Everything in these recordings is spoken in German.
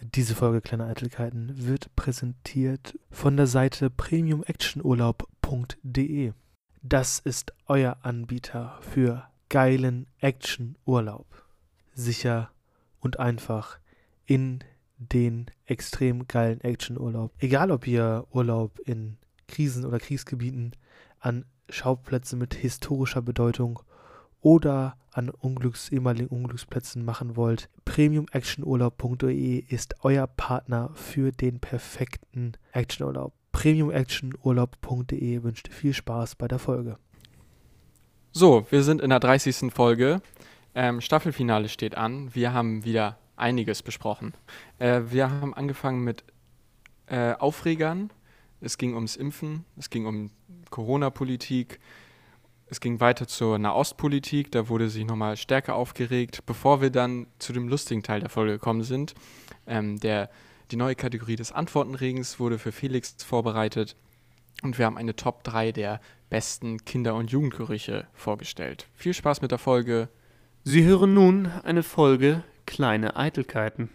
Diese Folge Kleine Eitelkeiten wird präsentiert von der Seite premiumactionurlaub.de. Das ist euer Anbieter für geilen Actionurlaub. Sicher und einfach in den extrem geilen Actionurlaub. Egal ob ihr Urlaub in Krisen- oder Kriegsgebieten, an Schauplätzen mit historischer Bedeutung oder an ehemaligen Unglücksplätzen machen wollt, premiumactionurlaub.de ist euer Partner für den perfekten Actionurlaub. premiumactionurlaub.de wünscht viel Spaß bei der Folge. So, wir sind in der 30. Folge. Staffelfinale steht an. Wir haben wieder einiges besprochen. Wir haben angefangen mit Aufregern. Es ging ums Impfen, es ging um Corona-Politik. Es ging weiter zur Nahostpolitik, da wurde sich nochmal stärker aufgeregt, bevor wir dann zu dem lustigen Teil der Folge gekommen sind. Die neue Kategorie des Antwortenregens wurde für Felix vorbereitet und wir haben eine Top 3 der besten Kinder- und Jugendgerüche vorgestellt. Viel Spaß mit der Folge. Sie hören nun eine Folge Kleine Eitelkeiten.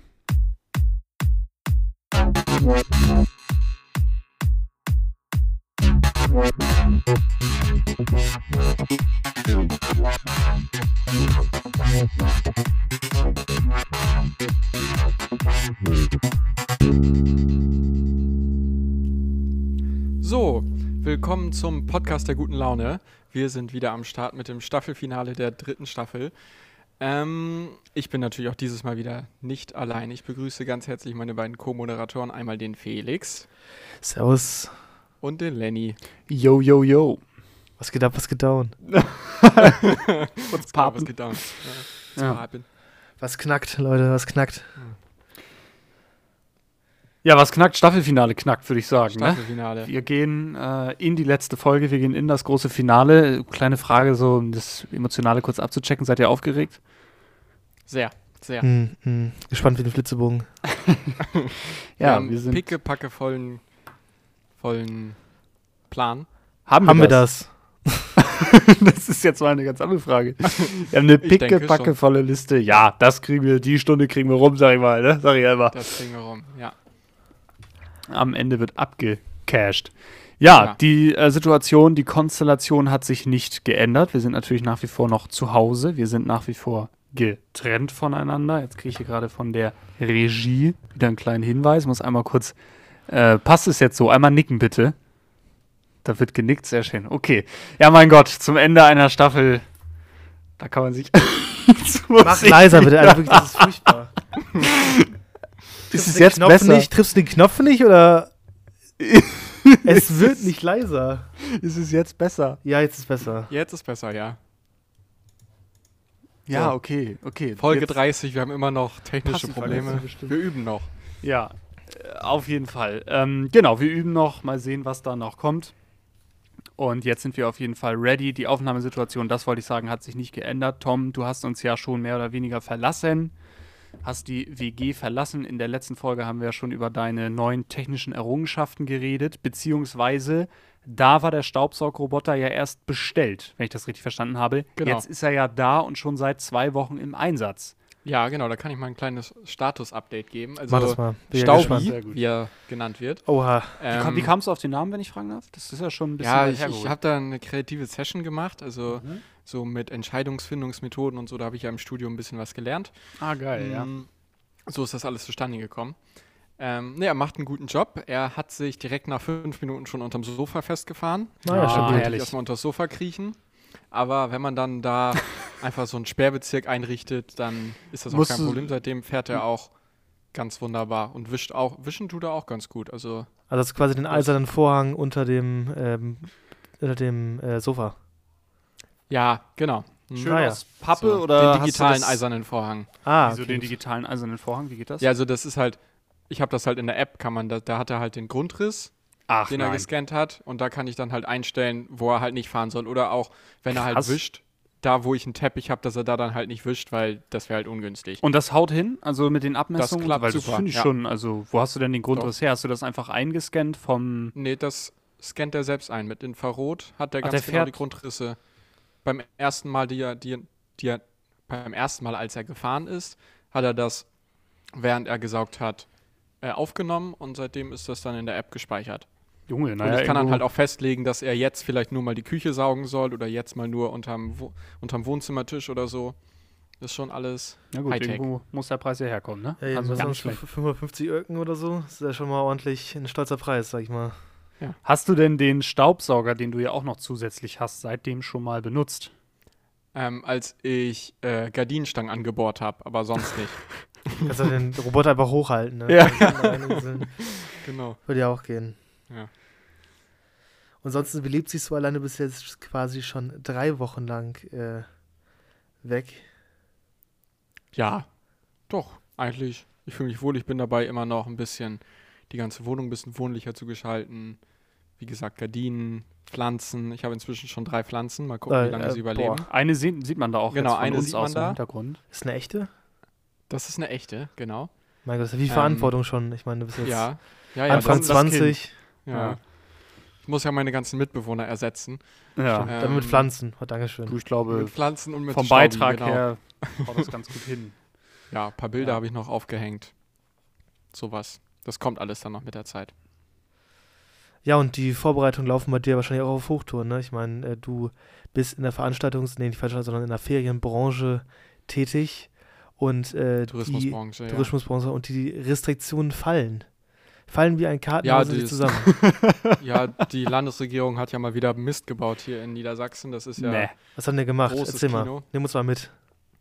So, willkommen zum Podcast der guten Laune. Wir sind wieder am Start mit dem Staffelfinale der 3. Staffel. Ich bin natürlich auch dieses Mal wieder nicht allein. Ich begrüße ganz herzlich meine beiden Co-Moderatoren. Einmal den Felix. Servus. Und den Lenny. Yo, yo, yo. Was geht ab, was geht down? Was geht down? Ja. Was knackt, Leute, was knackt? Ja, was knackt? Staffelfinale knackt, würde ich sagen. Staffelfinale. Ne? Wir gehen in die letzte Folge, wir gehen in das große Finale. Kleine Frage, so um das Emotionale kurz abzuchecken. Seid ihr aufgeregt? Sehr, sehr. Gespannt wie den Flitzebogen. Ja, wir sind pickepacke vollen Plan. Haben wir das? Das ist jetzt mal eine ganz andere Frage. Wir haben eine pickepacke volle Liste. Ja, das kriegen wir, die Stunde kriegen wir rum, sag ich mal. Ne? Sag ich einfach. Das kriegen wir rum, ja. Am Ende wird abgecasht. Ja, die Situation, die Konstellation hat sich nicht geändert. Wir sind natürlich nach wie vor noch zu Hause. Wir sind nach wie vor getrennt voneinander. Jetzt kriege ich hier gerade von der Regie wieder einen kleinen Hinweis. Ich muss einmal kurz, passt es jetzt so? Einmal nicken bitte. Da wird genickt, sehr schön. Okay. Ja, mein Gott, zum Ende einer Staffel, da kann man sich... Mach leiser bitte, also wirklich, das ist furchtbar. Ist es jetzt besser? Triffst du den Knopf nicht, oder? Es wird nicht leiser. Ist es jetzt besser? Ja, jetzt ist besser. Jetzt ist besser, ja. Ja, So. okay. Folge Jetzt 30, wir haben immer noch technische Probleme. Wir üben noch. Ja, auf jeden Fall. Genau, wir üben noch. Mal sehen, was da noch kommt. Und jetzt sind wir auf jeden Fall ready. Die Aufnahmesituation, das wollte ich sagen, hat sich nicht geändert. Tom, du hast uns ja schon mehr oder weniger verlassen. Hast die WG verlassen. In der letzten Folge haben wir ja schon über deine neuen technischen Errungenschaften geredet. Beziehungsweise, da war der Staubsaugroboter ja erst bestellt, wenn ich das richtig verstanden habe. Genau. Jetzt ist er ja da und schon seit 2 Wochen im Einsatz. Ja, genau, da kann ich mal ein kleines Status-Update geben. Also Mach das mal. Bin ja Staubi, gespannt. Sehr gut. wie er genannt wird. Oha. Wie kamst du auf den Namen, wenn ich fragen darf? Das ist ja schon ein bisschen Ja, weit ich hergeholt. habe da eine kreative Session gemacht, also so mit Entscheidungsfindungsmethoden und so, da habe ich ja im Studium ein bisschen was gelernt. Ah, geil, ja. So ist das alles zustande gekommen. Er macht einen guten Job. Er hat sich direkt nach 5 Minuten schon unterm Sofa festgefahren. Naja, stabil. herrlich. Erstmal unter das Sofa kriechen. Aber wenn man dann da einfach so einen Sperrbezirk einrichtet, dann ist das auch kein Problem. Seitdem fährt er auch ganz wunderbar und wischen tut er auch ganz gut. Also das ist quasi den eisernen Vorhang unter dem Sofa. ja, genau. Schön Ah, ja. aus Pappe So, oder den hast du digitalen das, eisernen Vorhang. Wieso Okay. den digitalen eisernen Vorhang? Wie geht das? Ja, also das ist halt, ich habe das halt in der App, da hat er halt den Grundriss, Ach, den er gescannt hat und da kann ich dann halt einstellen, wo er halt nicht fahren soll oder auch, wenn er halt Krass. wischt, da wo ich einen Teppich habe, dass er da dann halt nicht wischt, weil das wäre halt ungünstig. Und das haut hin? Also mit den Abmessungen? Das klappt Weil super, das finde ich ja. schon, also wo hast du denn den Grundriss her? Hast du das einfach eingescannt vom... Nee, das scannt er selbst ein. Mit Infrarot hat der Ach, ganz der genau fährt- die Grundrisse. Beim ersten Mal, beim ersten Mal, als er gefahren ist, hat er das, während er gesaugt hat, aufgenommen und seitdem ist das dann in der App gespeichert. Junge, Und naja, ich kann dann irgendwo- halt auch festlegen, dass er jetzt vielleicht nur mal die Küche saugen soll oder jetzt mal nur unterm Wohnzimmertisch oder so. Das ist schon alles Ja gut, Hightech. irgendwo muss der Preis ja herkommen, ne? Ja, also was ganz sonst für schlecht. 550 Öcken oder so, das ist ja schon mal ordentlich ein stolzer Preis, sag ich mal. Hast du denn den Staubsauger, den du ja auch noch zusätzlich hast, seitdem schon mal benutzt? als ich Gardinenstangen angebohrt habe, aber sonst nicht. Kannst du den Roboter einfach hochhalten, ne? Ja. Genau. Würde ja auch gehen. Ja. Und sonst, wie lebt sich so alleine bis jetzt quasi schon 3 Wochen lang weg? Ja, doch, eigentlich. Ich fühle mich wohl. Ich bin dabei immer noch ein bisschen die ganze Wohnung ein bisschen wohnlicher zu gestalten. Wie gesagt, Gardinen, Pflanzen. Ich habe inzwischen schon 3 Pflanzen. Mal gucken, wie lange sie überleben. boah. Eine sieht man da auch Genau, jetzt von eine uns sieht aus man da. im Hintergrund. Ist eine echte? Das ist eine echte, genau. Mein Gott, das ist ja wie Verantwortung schon. Ich meine, du bist jetzt Ja. Ja, Anfang das ist das 20, Ja. Ja. Ich muss ja meine ganzen Mitbewohner ersetzen. Ja, dann mit Pflanzen. Oh, Dankeschön. du, ich glaube, Mit Pflanzen und mit vom Staubi, Beitrag genau. her haut das ganz gut hin. Ja, ein paar Bilder Ja. habe ich noch aufgehängt. Sowas. Das kommt alles dann noch mit der Zeit. Ja, und die Vorbereitungen laufen bei dir wahrscheinlich auch auf Hochtouren, ne? Ich meine, du bist in der nicht Veranstaltungs-, sondern in der Ferienbranche tätig und Tourismusbranche, die ja. Tourismusbranche und die Restriktionen fallen. Fallen wie ein Ja, Kartenhaus die zusammen. Ja, die Landesregierung hat ja mal wieder Mist gebaut hier in Niedersachsen. Das ist ja Nee. Was haben die gemacht? großes Erzähl mal. Kino. Nimm uns mal mit.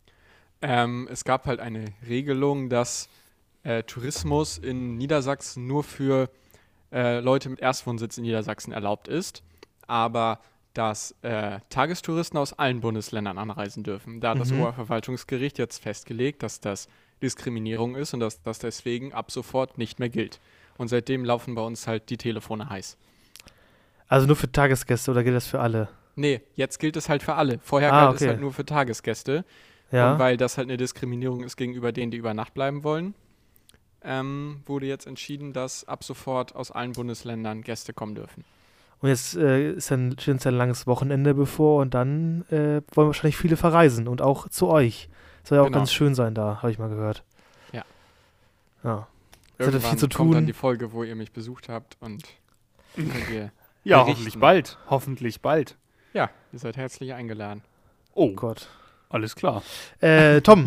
Es gab halt eine Regelung, dass Tourismus in Niedersachsen nur für Leute mit Erstwohnsitz in Niedersachsen erlaubt ist, aber dass Tagestouristen aus allen Bundesländern anreisen dürfen. Da hat das Mhm. Oberverwaltungsgericht jetzt festgelegt, dass das Diskriminierung ist und dass das deswegen ab sofort nicht mehr gilt. Und seitdem laufen bei uns halt die Telefone heiß. Also nur für Tagesgäste oder gilt das für alle? Nee, jetzt gilt es halt für alle. Vorher Ah, galt es okay. halt nur für Tagesgäste. Ja. Und weil das halt eine Diskriminierung ist gegenüber denen, die über Nacht bleiben wollen, wurde jetzt entschieden, dass ab sofort aus allen Bundesländern Gäste kommen dürfen. Und jetzt steht uns ein langes Wochenende bevor und dann wollen wahrscheinlich viele verreisen und auch zu euch. Soll ja auch Genau. ganz schön sein da, habe ich mal gehört. Ja. Ja. Es hat ja viel Irgendwann zu kommt dann tun. die Folge, wo ihr mich besucht habt und könnt ihr, Ja, Berichten. hoffentlich bald. Hoffentlich bald. ja, ihr seid herzlich eingeladen. Oh, Gott. alles klar. Tom.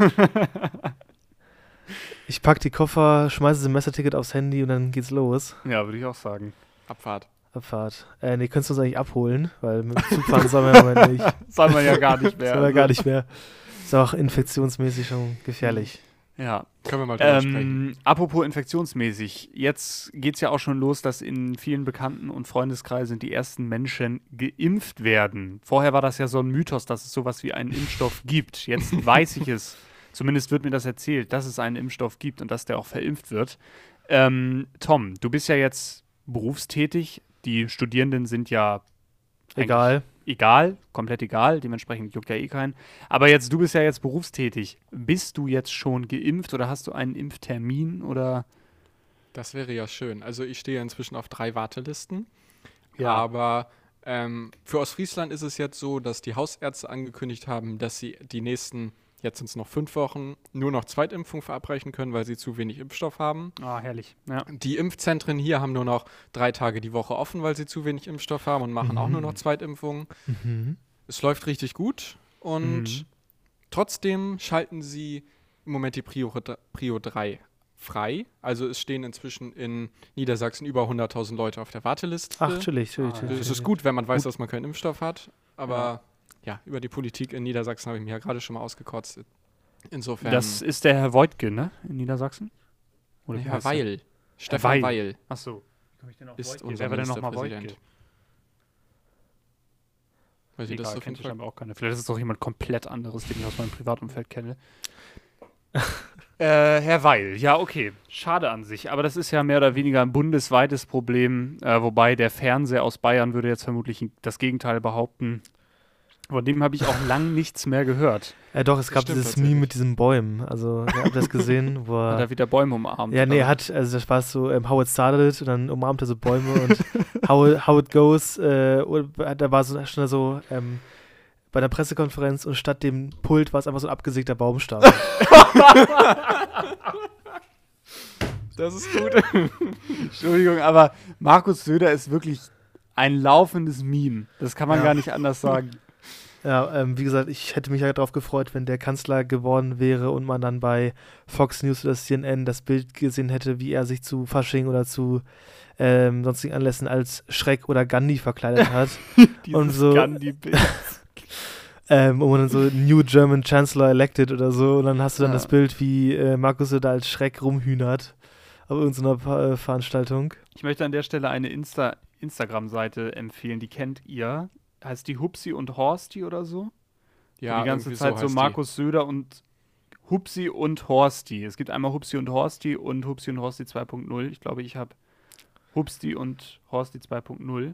Ich pack die Koffer, schmeiße das Semesterticket aufs Handy und dann geht's los. Ja, würde ich auch sagen. Abfahrt. Abfahrt. Nee, könntest du uns eigentlich abholen, weil mit dem Zug fahren sollen wir im Moment nicht. Soll man ja gar nicht mehr. Sollen wir gar nicht mehr. Ist auch infektionsmäßig schon gefährlich. Ja. Können wir mal drüber sprechen. Apropos infektionsmäßig, jetzt geht es ja auch schon los, dass in vielen Bekannten- und Freundeskreisen die ersten Menschen geimpft werden. Vorher war das ja so ein Mythos, dass es sowas wie einen Impfstoff gibt. Jetzt weiß ich es, zumindest wird mir das erzählt, dass es einen Impfstoff gibt und dass der auch verimpft wird. Tom, du bist ja jetzt berufstätig, die Studierenden sind ja Egal. egal, komplett egal, dementsprechend juckt ja eh keinen. Aber jetzt, du bist ja jetzt berufstätig. Bist du jetzt schon geimpft oder hast du einen Impftermin oder? Das wäre ja schön. Also ich stehe inzwischen auf 3 Wartelisten. Ja. Aber für Ostfriesland ist es jetzt so, dass die Hausärzte angekündigt haben, dass sie die nächsten, jetzt sind es noch 5 Wochen, nur noch Zweitimpfung verabreichen können, weil sie zu wenig Impfstoff haben. Ah, herrlich. Ja. Die Impfzentren hier haben nur noch 3 Tage die Woche offen, weil sie zu wenig Impfstoff haben und machen auch nur noch Zweitimpfungen. Mhm. Es läuft richtig gut und Mhm. trotzdem schalten sie im Moment die Prio 3 frei. Also es stehen inzwischen in Niedersachsen über 100.000 Leute auf der Warteliste. Ach, chillig. Es ist gut, wenn man weiß, dass man keinen Impfstoff hat, aber ja, über die Politik in Niedersachsen habe ich mich ja gerade schon mal ausgekotzt. Insofern. Das ist der Herr Voigtke, ne? In Niedersachsen? Oder wie Herr heißt der? Weil. Stefan Weil Ach so. Wie komme ich denn auf ist Voigtke? unser Wer war denn nochmal Ministerpräsident. Voigtke? Weiß ich, das Egal, ist auf kennt jeden Fall. scheinbar auch keiner. Vielleicht ist es doch jemand komplett anderes, den ich aus meinem Privatumfeld kenne. Herr Weil, ja, okay. Schade an sich. Aber das ist ja mehr oder weniger ein bundesweites Problem. Wobei der Fernseher aus Bayern würde jetzt vermutlich das Gegenteil behaupten. Von dem habe ich auch lang nichts mehr gehört. Doch, es gab Stimmt dieses tatsächlich. Meme mit diesen Bäumen. Also, ihr habt das gesehen, wo Hat er. er wieder Bäume umarmt. Ja, nee, also das war so, how it started und dann umarmt er so Bäume und how it goes. Und da war so schon so bei einer Pressekonferenz und statt dem Pult war es einfach so ein abgesägter Baumstamm. Das ist gut. Entschuldigung, aber Markus Söder ist wirklich ein laufendes Meme. Das kann man gar nicht anders sagen. Ja, wie gesagt, ich hätte mich ja darauf gefreut, wenn der Kanzler geworden wäre und man dann bei Fox News oder CNN das Bild gesehen hätte, wie er sich zu Fasching oder zu sonstigen Anlässen als Schreck oder Gandhi verkleidet hat. Und so, Gandhi-Bild. und man dann so New German Chancellor elected oder so. Und dann hast du dann das Bild, wie Markus Söder als Schreck rumhühnert auf irgendeiner Veranstaltung. Ich möchte an der Stelle eine Instagram-Seite empfehlen, die kennt ihr. Heißt die Hupsi und Horsti oder so? Ja, die ganze Zeit so Markus Söder und Hupsi und Horsti. Es gibt einmal Hupsi und Horsti 2.0. Ich glaube, ich habe Hupsi und Horsti 2.0.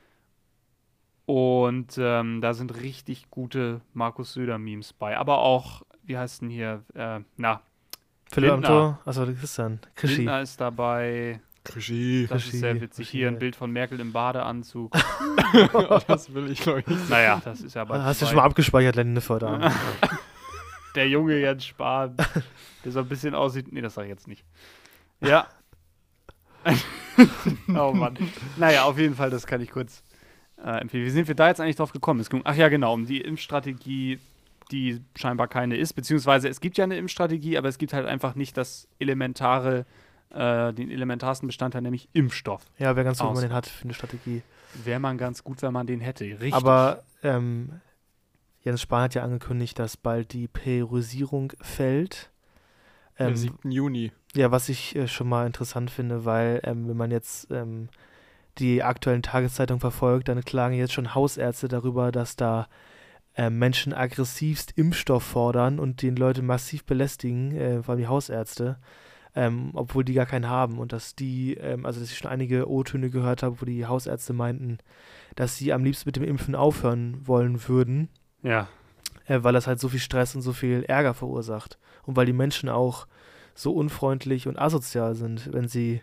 Und da sind richtig gute Markus Söder-Memes bei. Aber auch, wie heißt denn hier? Philipp Amthor? Achso, Christian. Krischi. Lindner ist dabei. Krischi. Das ist sehr witzig. Hier ein Bild von Merkel im Badeanzug. Das will ich, glaube ich, nicht. Naja, das ist ja bald Hast du schon mal abgespeichert, Lenniffer da? Der junge Jens Spahn, der so ein bisschen aussieht. Nee, das sage ich jetzt nicht. Ja. Oh Mann. Naja, auf jeden Fall, das kann ich kurz empfehlen. Wie sind wir da jetzt eigentlich drauf gekommen? Ach ja, genau, um die Impfstrategie, die scheinbar keine ist. Beziehungsweise es gibt ja eine Impfstrategie, aber es gibt halt einfach nicht den elementarsten Bestandteil, nämlich Impfstoff. Ja, wäre ganz gut, wenn man den hat für eine Strategie. Wäre man ganz gut, wenn man den hätte. Richtig. Aber Jens Spahn hat ja angekündigt, dass bald die Priorisierung fällt. Am 7. Juni. Ja, was ich schon mal interessant finde, weil wenn man jetzt die aktuellen Tageszeitungen verfolgt, dann klagen jetzt schon Hausärzte darüber, dass da Menschen aggressivst Impfstoff fordern und den Leute massiv belästigen, vor allem die Hausärzte. Obwohl die gar keinen haben und dass die, dass ich schon einige O-Töne gehört habe, wo die Hausärzte meinten, dass sie am liebsten mit dem Impfen aufhören wollen würden. Ja. Weil das halt so viel Stress und so viel Ärger verursacht. Und weil die Menschen auch so unfreundlich und asozial sind, wenn sie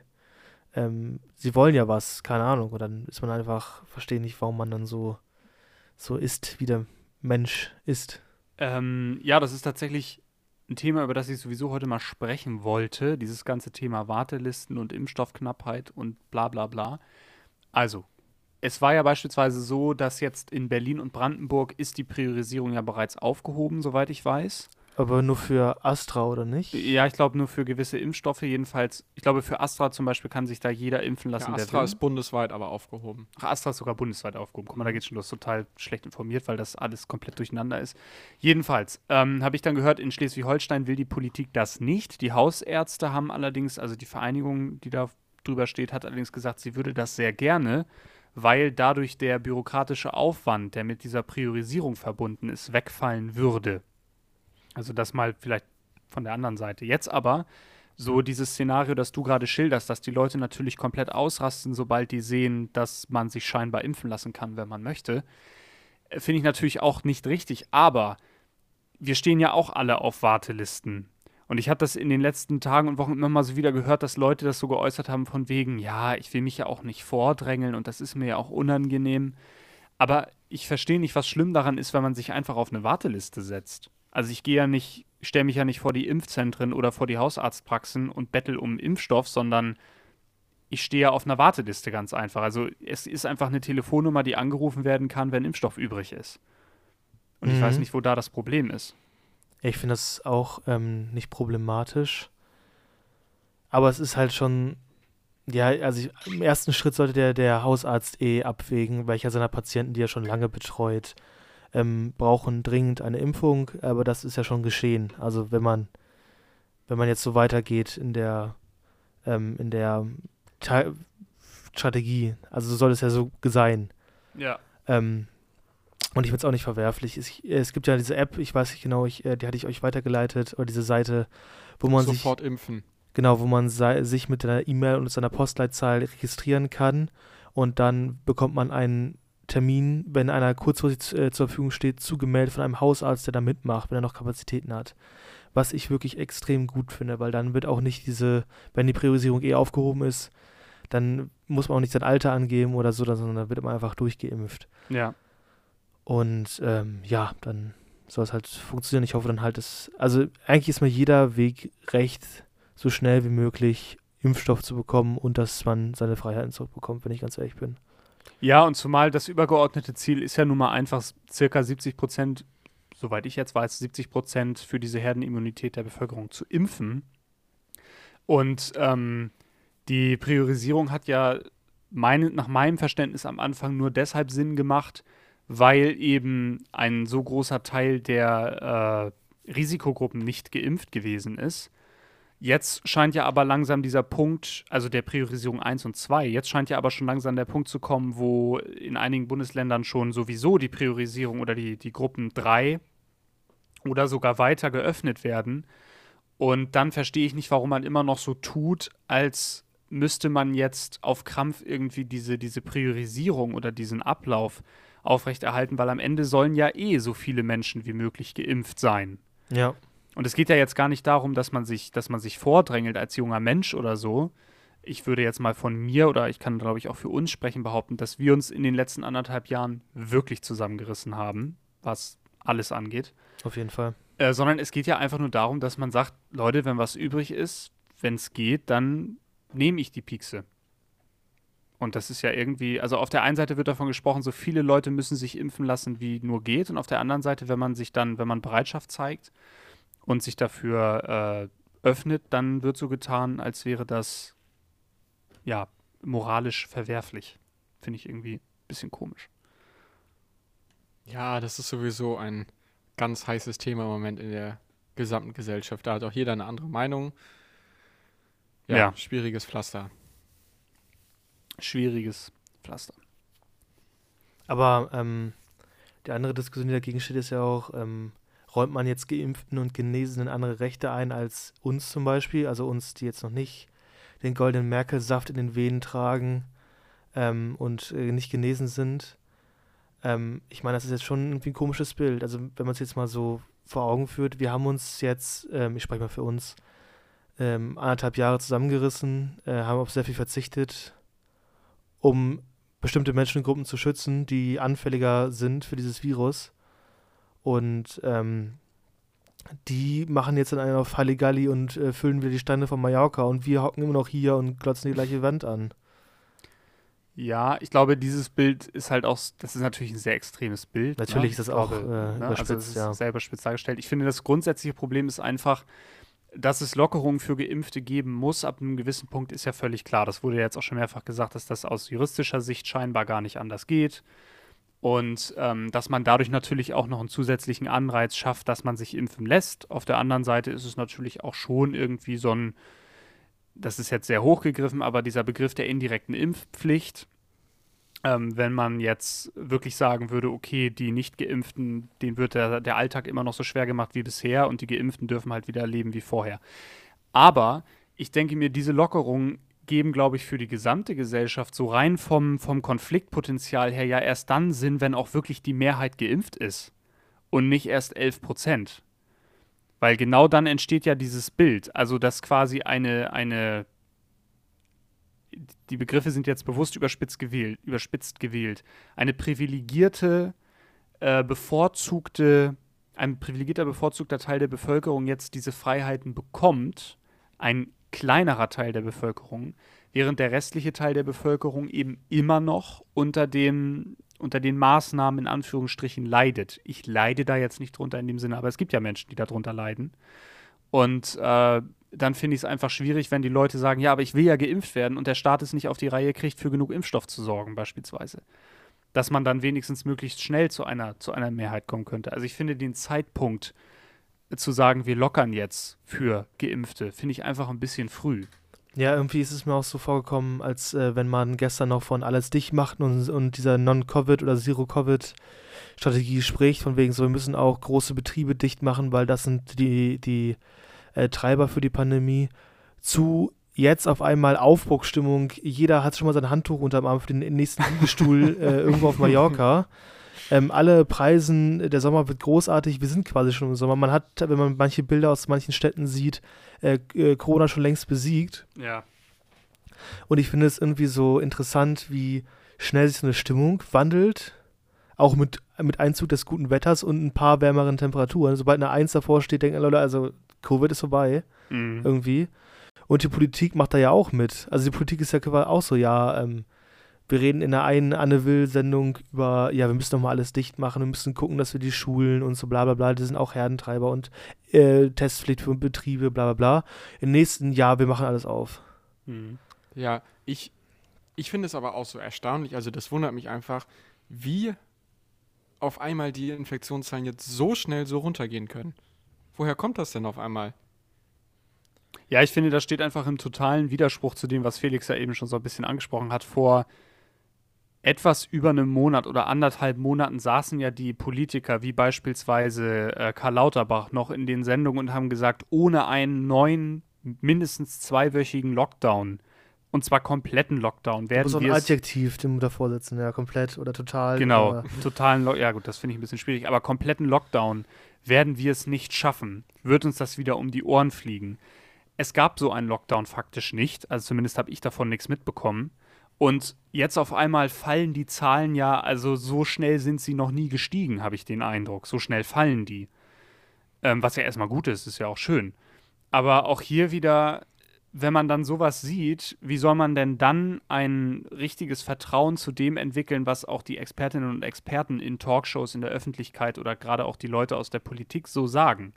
wollen ja was, keine Ahnung. Und dann ist man einfach, verstehe nicht, warum man dann so ist, wie der Mensch ist. Ja, das ist tatsächlich ein Thema, über das ich sowieso heute mal sprechen wollte. Dieses ganze Thema Wartelisten und Impfstoffknappheit und bla bla bla. Also, es war ja beispielsweise so, dass jetzt in Berlin und Brandenburg ist die Priorisierung ja bereits aufgehoben, soweit ich weiß. Aber nur für Astra, oder nicht? Ja, ich glaube nur für gewisse Impfstoffe jedenfalls. Ich glaube, für Astra zum Beispiel kann sich da jeder impfen lassen, Ja, der Astra will. ist bundesweit aber aufgehoben. Ach, Astra ist sogar bundesweit aufgehoben. Guck mal, da geht's schon los. Total schlecht informiert, weil das alles komplett durcheinander ist. Jedenfalls habe ich dann gehört, in Schleswig-Holstein will die Politik das nicht. Die Hausärzte haben allerdings, also die Vereinigung, die da drüber steht, hat allerdings gesagt, sie würde das sehr gerne, weil dadurch der bürokratische Aufwand, der mit dieser Priorisierung verbunden ist, wegfallen würde. Also das mal vielleicht von der anderen Seite. Jetzt aber so dieses Szenario, das du gerade schilderst, dass die Leute natürlich komplett ausrasten, sobald die sehen, dass man sich scheinbar impfen lassen kann, wenn man möchte, finde ich natürlich auch nicht richtig. Aber wir stehen ja auch alle auf Wartelisten. Und ich habe das in den letzten Tagen und Wochen immer mal so wieder gehört, dass Leute das so geäußert haben von wegen, ja, ich will mich ja auch nicht vordrängeln und das ist mir ja auch unangenehm. Aber ich verstehe nicht, was schlimm daran ist, wenn man sich einfach auf eine Warteliste setzt. Also ich stelle mich ja nicht vor die Impfzentren oder vor die Hausarztpraxen und bettel um Impfstoff, sondern ich stehe ja auf einer Warteliste ganz einfach. Also es ist einfach eine Telefonnummer, die angerufen werden kann, wenn Impfstoff übrig ist. Und ich weiß nicht, wo da das Problem ist. Ich finde das auch nicht problematisch. Aber es ist halt schon, ja, also im ersten Schritt sollte der Hausarzt abwägen, welcher seiner Patienten, die er schon lange betreut, brauchen dringend eine Impfung, aber das ist ja schon geschehen. Also wenn man jetzt so weitergeht in der Strategie, also so soll es ja so sein. Ja. Und ich finde es auch nicht verwerflich. Es gibt ja diese App, ich weiß nicht genau, die hatte ich euch weitergeleitet, oder diese Seite, wo man sofort impfen. Genau, wo man sich mit einer E-Mail und seiner Postleitzahl registrieren kann und dann bekommt man einen Termin, wenn einer kurzfristig zur Verfügung steht, zugemeldet von einem Hausarzt, der da mitmacht, wenn er noch Kapazitäten hat. Was ich wirklich extrem gut finde, weil dann wird auch nicht wenn die Priorisierung aufgehoben ist, dann muss man auch nicht sein Alter angeben oder so, sondern dann wird man einfach durchgeimpft. Ja. Und dann soll es halt funktionieren. Ich hoffe dann halt, also eigentlich ist mir jeder Weg recht, so schnell wie möglich Impfstoff zu bekommen und dass man seine Freiheiten zurückbekommt, wenn ich ganz ehrlich bin. Ja, und zumal das übergeordnete Ziel ist ja nun mal einfach circa 70%, soweit ich jetzt weiß, 70% für diese Herdenimmunität der Bevölkerung zu impfen. Und die Priorisierung hat ja nach meinem Verständnis am Anfang nur deshalb Sinn gemacht, weil eben ein so großer Teil der Risikogruppen nicht geimpft gewesen ist. Jetzt scheint ja aber langsam dieser Punkt, also der Priorisierung 1 und 2, jetzt scheint ja aber schon langsam der Punkt zu kommen, wo in einigen Bundesländern schon sowieso die Priorisierung oder die Gruppen 3 oder sogar weiter geöffnet werden. Und dann verstehe ich nicht, warum man immer noch so tut, als müsste man jetzt auf Krampf irgendwie diese Priorisierung oder diesen Ablauf aufrechterhalten, weil am Ende sollen ja so viele Menschen wie möglich geimpft sein. Ja. Und es geht ja jetzt gar nicht darum, dass man sich vordrängelt als junger Mensch oder so. Ich würde jetzt mal von mir oder ich kann, glaube ich, auch für uns sprechen, behaupten, dass wir uns in den letzten 1,5 Jahren wirklich zusammengerissen haben, was alles angeht. Auf jeden Fall. Sondern es geht ja einfach nur darum, dass man sagt, Leute, wenn was übrig ist, wenn es geht, dann nehme ich die Piekse. Und das ist ja irgendwie, also auf der einen Seite wird davon gesprochen, so viele Leute müssen sich impfen lassen, wie nur geht. Und auf der anderen Seite, wenn man Bereitschaft zeigt und sich dafür öffnet, dann wird so getan, als wäre das, ja, moralisch verwerflich. Finde ich irgendwie ein bisschen komisch. Ja, das ist sowieso ein ganz heißes Thema im Moment in der gesamten Gesellschaft. Da hat auch jeder eine andere Meinung. Ja. Schwieriges Pflaster. Schwieriges Pflaster. Aber die andere Diskussion, die dagegen steht, ist ja auch, räumt man jetzt Geimpften und Genesenen andere Rechte ein als uns zum Beispiel, also uns, die jetzt noch nicht den goldenen Merkel-Saft in den Venen tragen und nicht genesen sind. Ich meine, das ist jetzt schon irgendwie ein komisches Bild. Also wenn man es jetzt mal so vor Augen führt, wir haben uns jetzt, ich spreche mal für uns, 1,5 Jahre zusammengerissen, haben auf sehr viel verzichtet, um bestimmte Menschengruppen zu schützen, die anfälliger sind für dieses Virus. Und die machen jetzt dann einen auf Halligalli und füllen wieder die Steine von Mallorca und wir hocken immer noch hier und glotzen die gleiche Wand an. Ja, ich glaube, dieses Bild ist halt auch, das ist natürlich ein sehr extremes Bild. Natürlich ist das auch überspitzt, also das ist sehr überspitzt dargestellt. Ich finde, das grundsätzliche Problem ist einfach, dass es Lockerungen für Geimpfte geben muss. Ab einem gewissen Punkt ist ja völlig klar. Das wurde ja jetzt auch schon mehrfach gesagt, dass das aus juristischer Sicht scheinbar gar nicht anders geht. Und dass man dadurch natürlich auch noch einen zusätzlichen Anreiz schafft, dass man sich impfen lässt. Auf der anderen Seite ist es natürlich auch schon irgendwie so ein, das ist jetzt sehr hochgegriffen, aber dieser Begriff der indirekten Impfpflicht, wenn man jetzt wirklich sagen würde, okay, die Nicht-Geimpften, denen wird der Alltag immer noch so schwer gemacht wie bisher und die Geimpften dürfen halt wieder leben wie vorher. Aber ich denke mir, diese Lockerungen geben, glaube ich, für die gesamte Gesellschaft so rein vom Konfliktpotenzial her ja erst dann Sinn, wenn auch wirklich die Mehrheit geimpft ist und nicht erst 11%. Weil genau dann entsteht ja dieses Bild, also dass quasi die Begriffe sind jetzt bewusst überspitzt gewählt, ein privilegierter bevorzugter Teil der Bevölkerung jetzt diese Freiheiten bekommt, ein kleinerer Teil der Bevölkerung, während der restliche Teil der Bevölkerung eben immer noch unter den Maßnahmen in Anführungsstrichen leidet. Ich leide da jetzt nicht drunter in dem Sinne, aber es gibt ja Menschen, die darunter leiden. Und dann finde ich es einfach schwierig, wenn die Leute sagen, ja, aber ich will ja geimpft werden und der Staat es nicht auf die Reihe kriegt, für genug Impfstoff zu sorgen beispielsweise. Dass man dann wenigstens möglichst schnell zu einer Mehrheit kommen könnte. Also ich finde den Zeitpunkt zu sagen, wir lockern jetzt für Geimpfte, finde ich einfach ein bisschen früh. Ja, irgendwie ist es mir auch so vorgekommen, als wenn man gestern noch von alles dicht macht und dieser Non-Covid- oder Zero-Covid-Strategie spricht, von wegen so, wir müssen auch große Betriebe dicht machen, weil das sind die Treiber für die Pandemie, zu jetzt auf einmal Aufbruchsstimmung, jeder hat schon mal sein Handtuch unterm Arm für den nächsten Liegestuhl irgendwo auf Mallorca. Alle Preisen, der Sommer wird großartig, wir sind quasi schon im Sommer. Man hat, wenn man manche Bilder aus manchen Städten sieht, Corona schon längst besiegt. Ja. Und ich finde es irgendwie so interessant, wie schnell sich so eine Stimmung wandelt, auch mit Einzug des guten Wetters und ein paar wärmeren Temperaturen. Sobald eine 1 davor steht, denken Leute, also Covid ist vorbei, irgendwie. Und die Politik macht da ja auch mit. Also die Politik ist ja auch so, ja, wir reden in der einen Anne Will-Sendung über, ja, wir müssen doch mal alles dicht machen, wir müssen gucken, dass wir die Schulen und so bla bla bla, die sind auch Herdentreiber und Testpflicht für Betriebe, bla bla bla. Im nächsten Jahr, wir machen alles auf. Ja, ich finde es aber auch so erstaunlich, also das wundert mich einfach, wie auf einmal die Infektionszahlen jetzt so schnell so runtergehen können. Woher kommt das denn auf einmal? Ja, ich finde, das steht einfach im totalen Widerspruch zu dem, was Felix ja eben schon so ein bisschen angesprochen hat. Vor etwas über einem Monat oder 1,5 Monaten saßen ja die Politiker, wie beispielsweise Karl Lauterbach, noch in den Sendungen und haben gesagt, ohne einen neuen, mindestens 2-wöchigen Lockdown, und zwar kompletten Lockdown, werden so ein wir Adjektiv dem davor setzen, ja, komplett oder total. Genau, totalen Lockdown, ja gut, das finde ich ein bisschen schwierig, aber kompletten Lockdown werden wir es nicht schaffen, wird uns das wieder um die Ohren fliegen. Es gab so einen Lockdown faktisch nicht, also zumindest habe ich davon nichts mitbekommen. Und jetzt auf einmal fallen die Zahlen ja, also so schnell sind sie noch nie gestiegen, habe ich den Eindruck. So schnell fallen die. Was ja erstmal gut ist ja auch schön. Aber auch hier wieder, wenn man dann sowas sieht, wie soll man denn dann ein richtiges Vertrauen zu dem entwickeln, was auch die Expertinnen und Experten in Talkshows in der Öffentlichkeit oder gerade auch die Leute aus der Politik so sagen?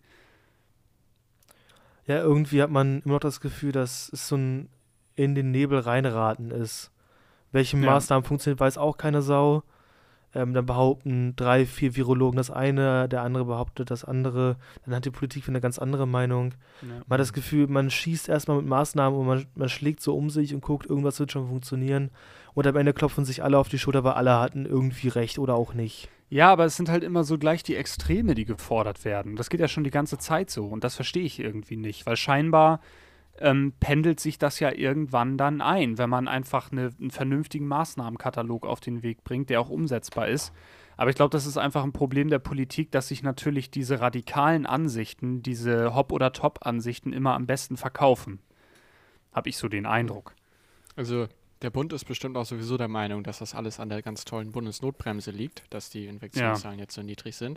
Ja, irgendwie hat man immer noch das Gefühl, dass es so ein in den Nebel reinraten ist. Welche Maßnahmen funktionieren, weiß auch keine Sau. Dann behaupten 3, 4 Virologen das eine, der andere behauptet das andere. Dann hat die Politik eine ganz andere Meinung. Ja. Man hat das Gefühl, man schießt erstmal mit Maßnahmen und man schlägt so um sich und guckt, irgendwas wird schon funktionieren. Und am Ende klopfen sich alle auf die Schulter, weil alle hatten irgendwie recht oder auch nicht. Ja, aber es sind halt immer so gleich die Extreme, die gefordert werden. Das geht ja schon die ganze Zeit so und das verstehe ich irgendwie nicht, weil scheinbar pendelt sich das ja irgendwann dann ein, wenn man einfach einen vernünftigen Maßnahmenkatalog auf den Weg bringt, der auch umsetzbar ist. Aber ich glaube, das ist einfach ein Problem der Politik, dass sich natürlich diese radikalen Ansichten, diese Hop- oder Top-Ansichten immer am besten verkaufen. Habe ich so den Eindruck. Also der Bund ist bestimmt auch sowieso der Meinung, dass das alles an der ganz tollen Bundesnotbremse liegt, dass die Infektionszahlen jetzt so niedrig sind.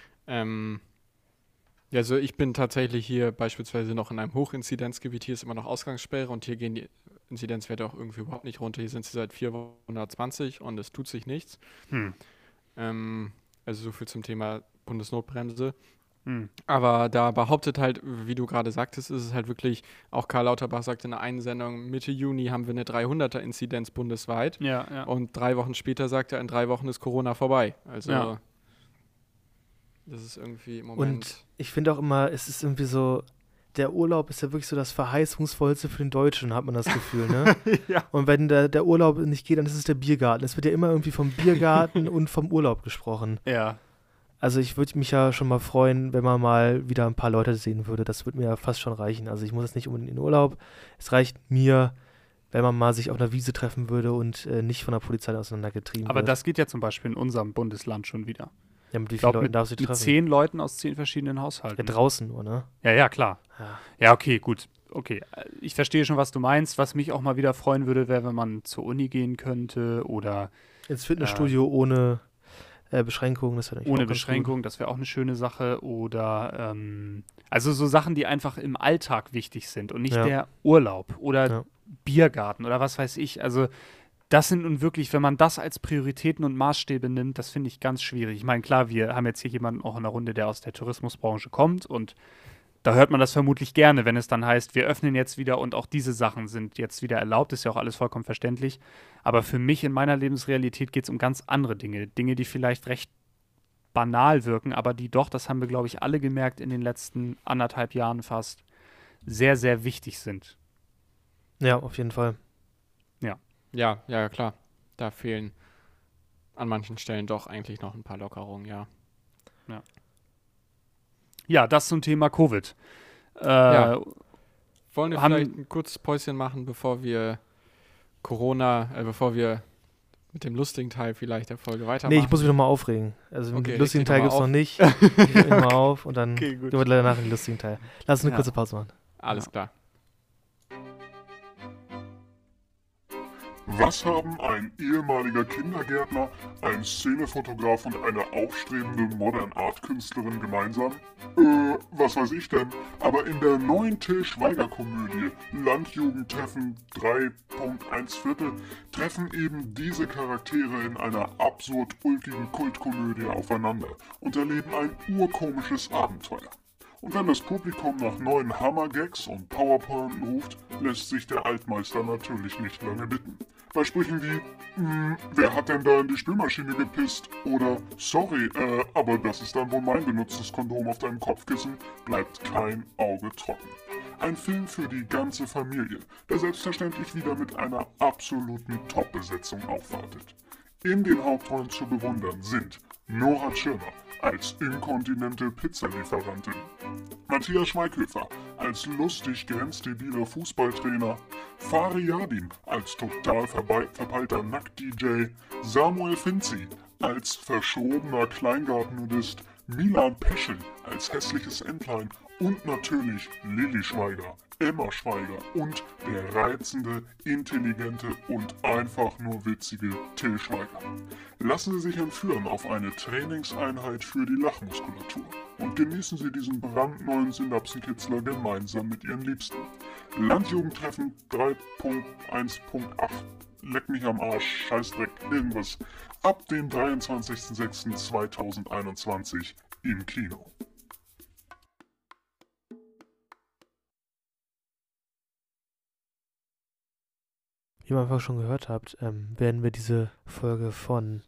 Also ich bin tatsächlich hier beispielsweise noch in einem Hochinzidenzgebiet, hier ist immer noch Ausgangssperre und hier gehen die Inzidenzwerte auch irgendwie überhaupt nicht runter. Hier sind sie seit 420 und es tut sich nichts. Also so viel zum Thema Bundesnotbremse. Aber da behauptet halt, wie du gerade sagtest, ist es halt wirklich, auch Karl Lauterbach sagt in der einen Sendung, Mitte Juni haben wir eine 300er-Inzidenz bundesweit. Ja. Und 3 Wochen später sagt er, in 3 Wochen ist Corona vorbei. Also das ist irgendwie im Moment... Und ich finde auch immer, es ist irgendwie so, der Urlaub ist ja wirklich so das Verheißungsvollste für den Deutschen, hat man das Gefühl, ne? Ja. Und wenn der Urlaub nicht geht, dann ist es der Biergarten. Es wird ja immer irgendwie vom Biergarten und vom Urlaub gesprochen. Ja. Also ich würde mich ja schon mal freuen, wenn man mal wieder ein paar Leute sehen würde. Das würde mir ja fast schon reichen. Also ich muss jetzt nicht unbedingt in den Urlaub. Es reicht mir, wenn man mal sich auf einer Wiese treffen würde und nicht von der Polizei auseinandergetrieben wird. Aber das geht ja zum Beispiel in unserem Bundesland schon wieder. Ja, mit wie vielen Leuten darfst du dich treffen? Mit 10 Leuten aus 10 verschiedenen Haushalten. Ja, draußen nur, ne? Ja, klar. Ja. Ja, okay, gut. Okay, ich verstehe schon, was du meinst. Was mich auch mal wieder freuen würde, wäre, wenn man zur Uni gehen könnte oder ins Fitnessstudio ohne Beschränkungen. Das wäre ohne Beschränkung, das wäre auch eine schöne Sache. Oder also so Sachen, die einfach im Alltag wichtig sind und nicht der Urlaub oder Biergarten oder was weiß ich. Also das sind nun wirklich, wenn man das als Prioritäten und Maßstäbe nimmt, das finde ich ganz schwierig. Ich meine, klar, wir haben jetzt hier jemanden auch in der Runde, der aus der Tourismusbranche kommt und da hört man das vermutlich gerne, wenn es dann heißt, wir öffnen jetzt wieder und auch diese Sachen sind jetzt wieder erlaubt, ist ja auch alles vollkommen verständlich. Aber für mich in meiner Lebensrealität geht es um ganz andere Dinge. Dinge, die vielleicht recht banal wirken, aber die doch, das haben wir, glaube ich, alle gemerkt in den letzten 1,5 Jahren fast, sehr, sehr wichtig sind. Ja, auf jeden Fall. Ja, klar. Da fehlen an manchen Stellen doch eigentlich noch ein paar Lockerungen, ja. Ja, das zum Thema Covid. Wollen wir vielleicht ein kurzes Päuschen machen, bevor wir bevor wir mit dem lustigen Teil vielleicht der Folge weitermachen? Nee, ich muss mich nochmal aufregen. Also okay, den lustigen Teil gibt es noch nicht. Ich reg mich mal auf und dann gehen wir leider nach dem lustigen Teil. Lass uns eine kurze Pause machen. Alles klar. Was haben ein ehemaliger Kindergärtner, ein Szenefotograf und eine aufstrebende Modern Art Künstlerin gemeinsam? Was weiß ich denn? Aber in der neuen Til Schweiger Komödie Landjugendtreffen 3.1 treffen eben diese Charaktere in einer absurd ulkigen Kultkomödie aufeinander und erleben ein urkomisches Abenteuer. Und wenn das Publikum nach neuen Hammergags und Powerpointen ruft, lässt sich der Altmeister natürlich nicht lange bitten. Bei Sprüchen wie, wer hat denn da in die Spülmaschine gepisst? Oder, sorry, aber das ist dann wohl mein benutztes Kondom auf deinem Kopfkissen, bleibt kein Auge trocken. Ein Film für die ganze Familie, der selbstverständlich wieder mit einer absoluten Top-Besetzung aufwartet. In den Hauptrollen zu bewundern sind Nora Tschirner als inkontinente Pizzalieferantin, Matthias Schweighöfer als lustig grenzdebiler Fußballtrainer, Fari Yadim als total verpeilter Nackt-DJ, Samuel Finzi als verschrobener Kleingartennudist, Milan Peschel als hässliches Entlein und natürlich Lilly Schweiger, Emma Schweiger und der reizende, intelligente und einfach nur witzige Til Schweiger. Lassen Sie sich entführen auf eine Trainingseinheit für die Lachmuskulatur und genießen Sie diesen brandneuen Synapsenkitzler gemeinsam mit Ihren Liebsten. Landjugendtreffen 3.1.8 Leck mich am Arsch, Scheißdreck, irgendwas. Ab dem 23.06.2021 im Kino. Wie ihr einfach schon gehört habt, werden wir diese Folge von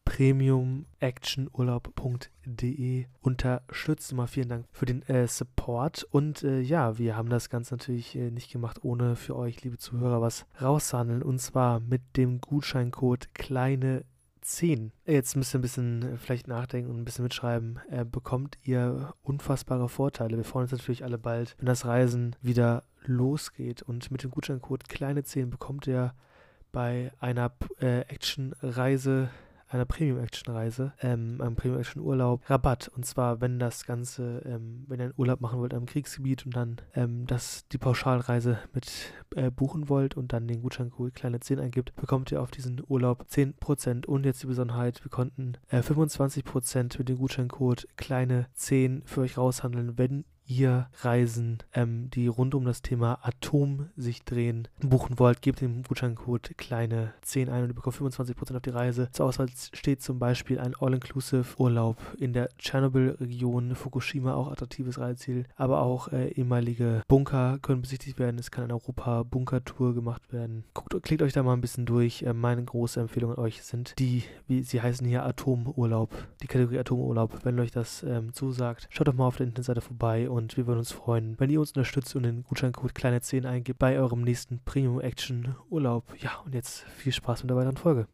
premiumactionurlaub.de unterstützen. Mal vielen Dank für den Support. Und ja, wir haben das Ganze natürlich nicht gemacht, ohne für euch, liebe Zuhörer, was rauszuhandeln. Und zwar mit dem Gutscheincode kleine10. Jetzt müsst ihr ein bisschen vielleicht nachdenken und ein bisschen mitschreiben. Bekommt ihr unfassbare Vorteile. Wir freuen uns natürlich alle bald, wenn das Reisen wieder losgeht. Und mit dem Gutscheincode kleine10 bekommt ihr bei einer Action-Reise, einer Premium-Action-Reise, einem Premium-Action-Urlaub Rabatt. Und zwar, wenn das Ganze, wenn ihr einen Urlaub machen wollt am Kriegsgebiet und dann die Pauschalreise mit buchen wollt und dann den Gutscheincode kleine10 eingibt, bekommt ihr auf diesen Urlaub 10%. Und jetzt die Besonderheit, wir konnten 25% mit dem Gutscheincode kleine10 für euch raushandeln, wenn ihr Reisen, die rund um das Thema Atom sich drehen, buchen wollt, gebt den Gutscheincode kleine10 ein und ihr bekommt 25% auf die Reise. Zur Auswahl steht zum Beispiel ein All-Inclusive-Urlaub in der Tschernobyl-Region, Fukushima, auch attraktives Reiseziel, aber auch ehemalige Bunker können besichtigt werden. Es kann eine Europa-Bunker-Tour gemacht werden. Klickt euch da mal ein bisschen durch. Meine große Empfehlung an euch sind die, wie sie heißen hier, Atomurlaub, die Kategorie Atomurlaub. Wenn euch das zusagt, schaut doch mal auf der Internetseite vorbei. Und wir würden uns freuen, wenn ihr uns unterstützt und den Gutscheincode kleine10 eingibt bei eurem nächsten Premium-Action-Urlaub. Ja, und jetzt viel Spaß mit der weiteren Folge.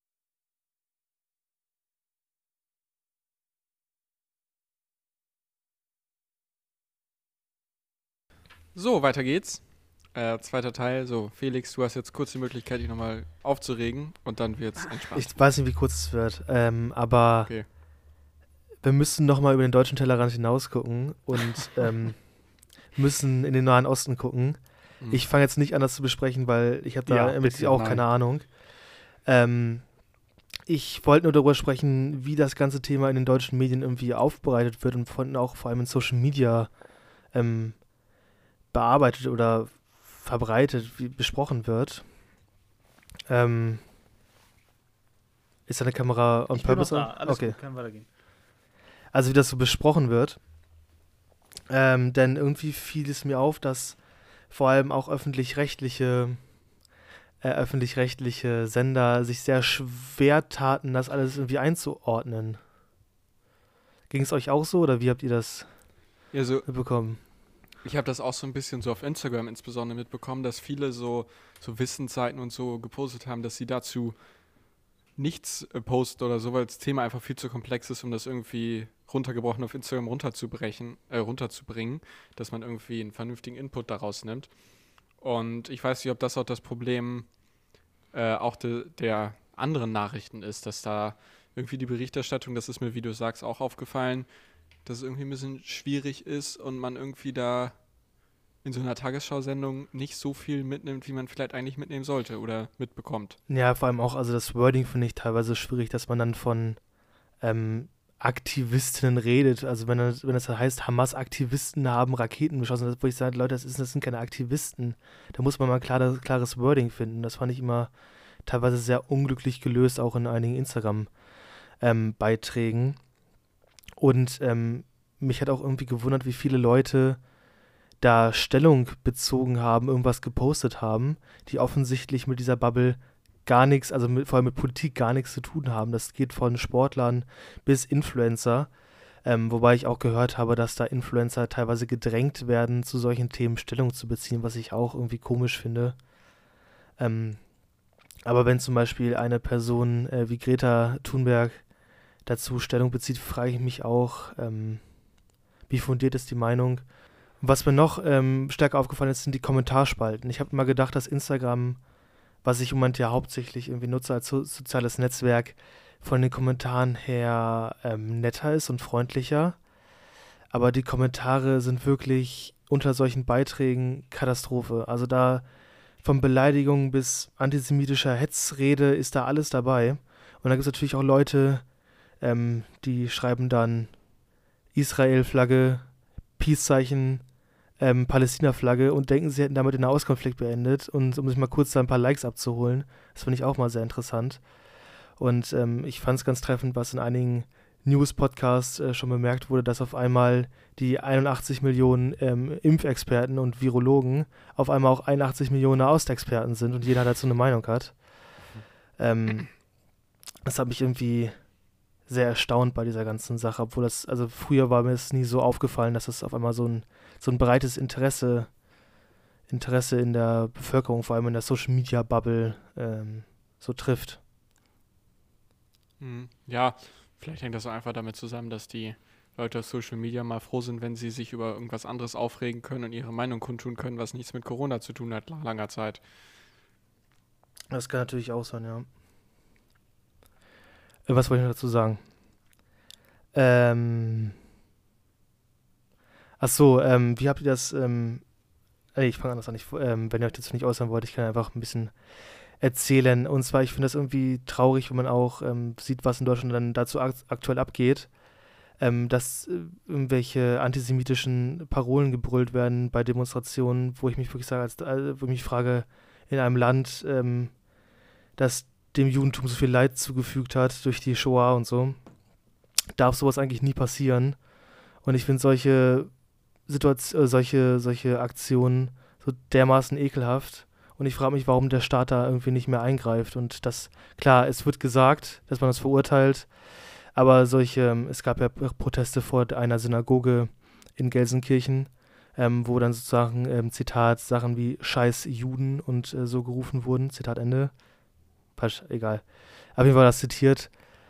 So, weiter geht's. Zweiter Teil. So, Felix, du hast jetzt kurz die Möglichkeit, dich nochmal aufzuregen und dann wird's entspannt. Ich weiß nicht, wie kurz es wird, aber Okay. wir müssen nochmal über den deutschen Tellerrand hinaus gucken und müssen in den Nahen Osten gucken. Ich fange jetzt nicht an, das zu besprechen, weil ich habe da wirklich auch keine Ahnung. Ich wollte nur darüber sprechen, wie das ganze Thema in den deutschen Medien irgendwie aufbereitet wird und auch vor allem in Social Media bearbeitet oder verbreitet, wie besprochen wird. Ist deine Kamera on purpose? Alles gut, kann weitergehen. Also wie das so besprochen wird. Denn irgendwie fiel es mir auf, dass vor allem auch öffentlich-rechtliche Sender sich sehr schwer taten, das alles irgendwie einzuordnen. Ging es euch auch so oder wie habt ihr das mitbekommen? Ich habe das auch so ein bisschen so auf Instagram insbesondere mitbekommen, dass viele so Wissensseiten und so gepostet haben, dass sie dazu nichts posten oder so, weil das Thema einfach viel zu komplex ist, um das irgendwie runtergebrochen auf Instagram runterzubringen, dass man irgendwie einen vernünftigen Input daraus nimmt. Und ich weiß nicht, ob das auch das Problem auch der anderen Nachrichten ist, dass da irgendwie die Berichterstattung, das ist mir, wie du sagst, auch aufgefallen, dass es irgendwie ein bisschen schwierig ist und man irgendwie da in so einer Tagesschau-Sendung nicht so viel mitnimmt, wie man vielleicht eigentlich mitnehmen sollte oder mitbekommt. Ja, vor allem auch, also das Wording finde ich teilweise schwierig, dass man dann von Aktivistinnen redet. Also wenn das heißt, Hamas-Aktivisten haben Raketen geschossen, wo ich sage, Leute, das sind keine Aktivisten. Da muss man mal klares Wording finden. Das fand ich immer teilweise sehr unglücklich gelöst, auch in einigen Instagram-Beiträgen. Und mich hat auch irgendwie gewundert, wie viele Leute da Stellung bezogen haben, irgendwas gepostet haben, die offensichtlich mit dieser Bubble gar nichts, also vor allem mit Politik gar nichts zu tun haben. Das geht von Sportlern bis Influencer, wobei ich auch gehört habe, dass da Influencer teilweise gedrängt werden, zu solchen Themen Stellung zu beziehen, was ich auch irgendwie komisch finde. Aber wenn zum Beispiel eine Person wie Greta Thunberg dazu Stellung bezieht, frage ich mich auch, wie fundiert ist die Meinung. Was mir noch stärker aufgefallen ist, sind die Kommentarspalten. Ich habe immer gedacht, dass Instagram, was ich im Moment ja hauptsächlich irgendwie nutze als soziales Netzwerk, von den Kommentaren her netter ist und freundlicher. Aber die Kommentare sind wirklich unter solchen Beiträgen Katastrophe. Also da von Beleidigungen bis antisemitischer Hetzrede ist da alles dabei. Und da gibt es natürlich auch Leute, die schreiben dann Israel-Flagge, Peace-Zeichen, Palästina-Flagge und denken, sie hätten damit den Nahostkonflikt beendet, und um sich mal kurz da ein paar Likes abzuholen. Das finde ich auch mal sehr interessant. Und ich fand es ganz treffend, was in einigen News-Podcasts schon bemerkt wurde, dass auf einmal die 81 Millionen Impfexperten und Virologen auf einmal auch 81 Millionen Nahostexperten sind und jeder dazu eine Meinung hat. Das hat mich irgendwie sehr erstaunt bei dieser ganzen Sache, obwohl also früher war mir es nie so aufgefallen, dass es auf einmal so ein breites Interesse in der Bevölkerung, vor allem in der Social-Media-Bubble, so trifft. Ja, vielleicht hängt das auch einfach damit zusammen, dass die Leute auf Social Media mal froh sind, wenn sie sich über irgendwas anderes aufregen können und ihre Meinung kundtun können, was nichts mit Corona zu tun hat, nach langer Zeit. Das kann natürlich auch sein, ja. Was wollte ich noch dazu sagen? Achso, wie habt ihr das, ich fange anders an, wenn ihr euch dazu nicht äußern wollt, ich kann einfach ein bisschen erzählen. Und zwar, ich finde das irgendwie traurig, wenn man auch sieht, was in Deutschland dann dazu aktuell abgeht, dass irgendwelche antisemitischen Parolen gebrüllt werden bei Demonstrationen, wo ich mich wirklich sage, wo ich mich frage, in einem Land, das dem Judentum so viel Leid zugefügt hat durch die Shoah und so, darf sowas eigentlich nie passieren. Und ich finde solche Aktionen so dermaßen ekelhaft. Und ich frage mich, warum der Staat da irgendwie nicht mehr eingreift. Und das, klar, es wird gesagt, dass man das verurteilt, aber es gab ja Proteste vor einer Synagoge in Gelsenkirchen, wo dann sozusagen, Zitat, Sachen wie Scheiß Juden und so gerufen wurden, Zitat Ende. Egal. Auf jeden Fall das zitiert.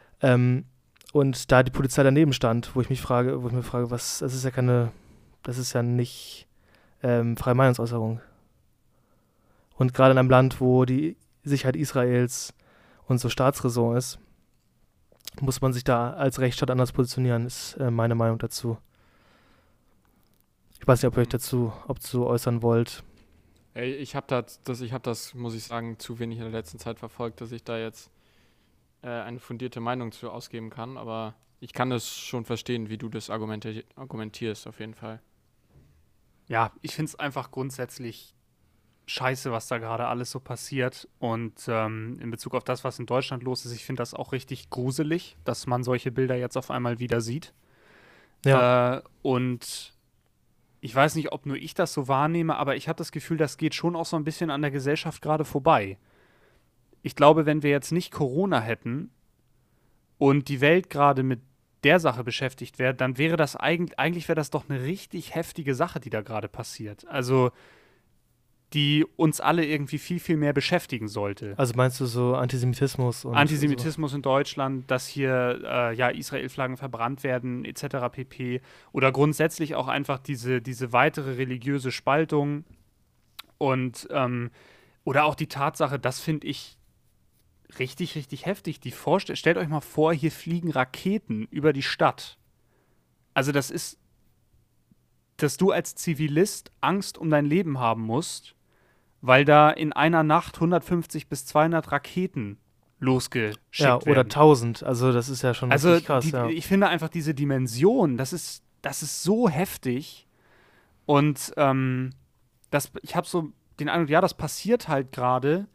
Und da die Polizei daneben stand, wo ich mir frage, das ist ja nicht freie Meinungsäußerung. Und gerade in einem Land, wo die Sicherheit Israels und so Staatsräson ist, muss man sich da als Rechtsstaat anders positionieren, ist meine Meinung dazu. Ich weiß nicht, ob ihr euch dazu äußern wollt. Ich habe das, muss ich sagen, zu wenig in der letzten Zeit verfolgt, dass ich da jetzt eine fundierte Meinung zu ausgeben kann, aber ich kann es schon verstehen, wie du das argumentierst, auf jeden Fall. Ja, ich finde es einfach grundsätzlich scheiße, was da gerade alles so passiert. Und in Bezug auf das, was in Deutschland los ist, ich finde das auch richtig gruselig, dass man solche Bilder jetzt auf einmal wieder sieht. Ja. Und ich weiß nicht, ob nur ich das so wahrnehme, aber ich habe das Gefühl, das geht schon auch so ein bisschen an der Gesellschaft gerade vorbei. Ich glaube, wenn wir jetzt nicht Corona hätten und die Welt gerade mit der Sache beschäftigt wäre, dann wäre das eigentlich wäre das doch eine richtig heftige Sache, die da gerade passiert. Also die uns alle irgendwie viel, viel mehr beschäftigen sollte. Also meinst du so Antisemitismus? Antisemitismus in Deutschland, dass hier Israel-Flaggen verbrannt werden, etc. pp. Oder grundsätzlich auch einfach diese weitere religiöse Spaltung und oder auch die Tatsache, das finde ich richtig, richtig heftig. Stellt euch mal vor, hier fliegen Raketen über die Stadt. Also das ist dass du als Zivilist Angst um dein Leben haben musst, weil da in einer Nacht 150 bis 200 Raketen losgeschickt werden. Oder 1000. Also das ist ja schon richtig krass. Ich finde einfach diese Dimension, das ist so heftig. Und ich habe so den Eindruck, ja, das passiert halt gerade.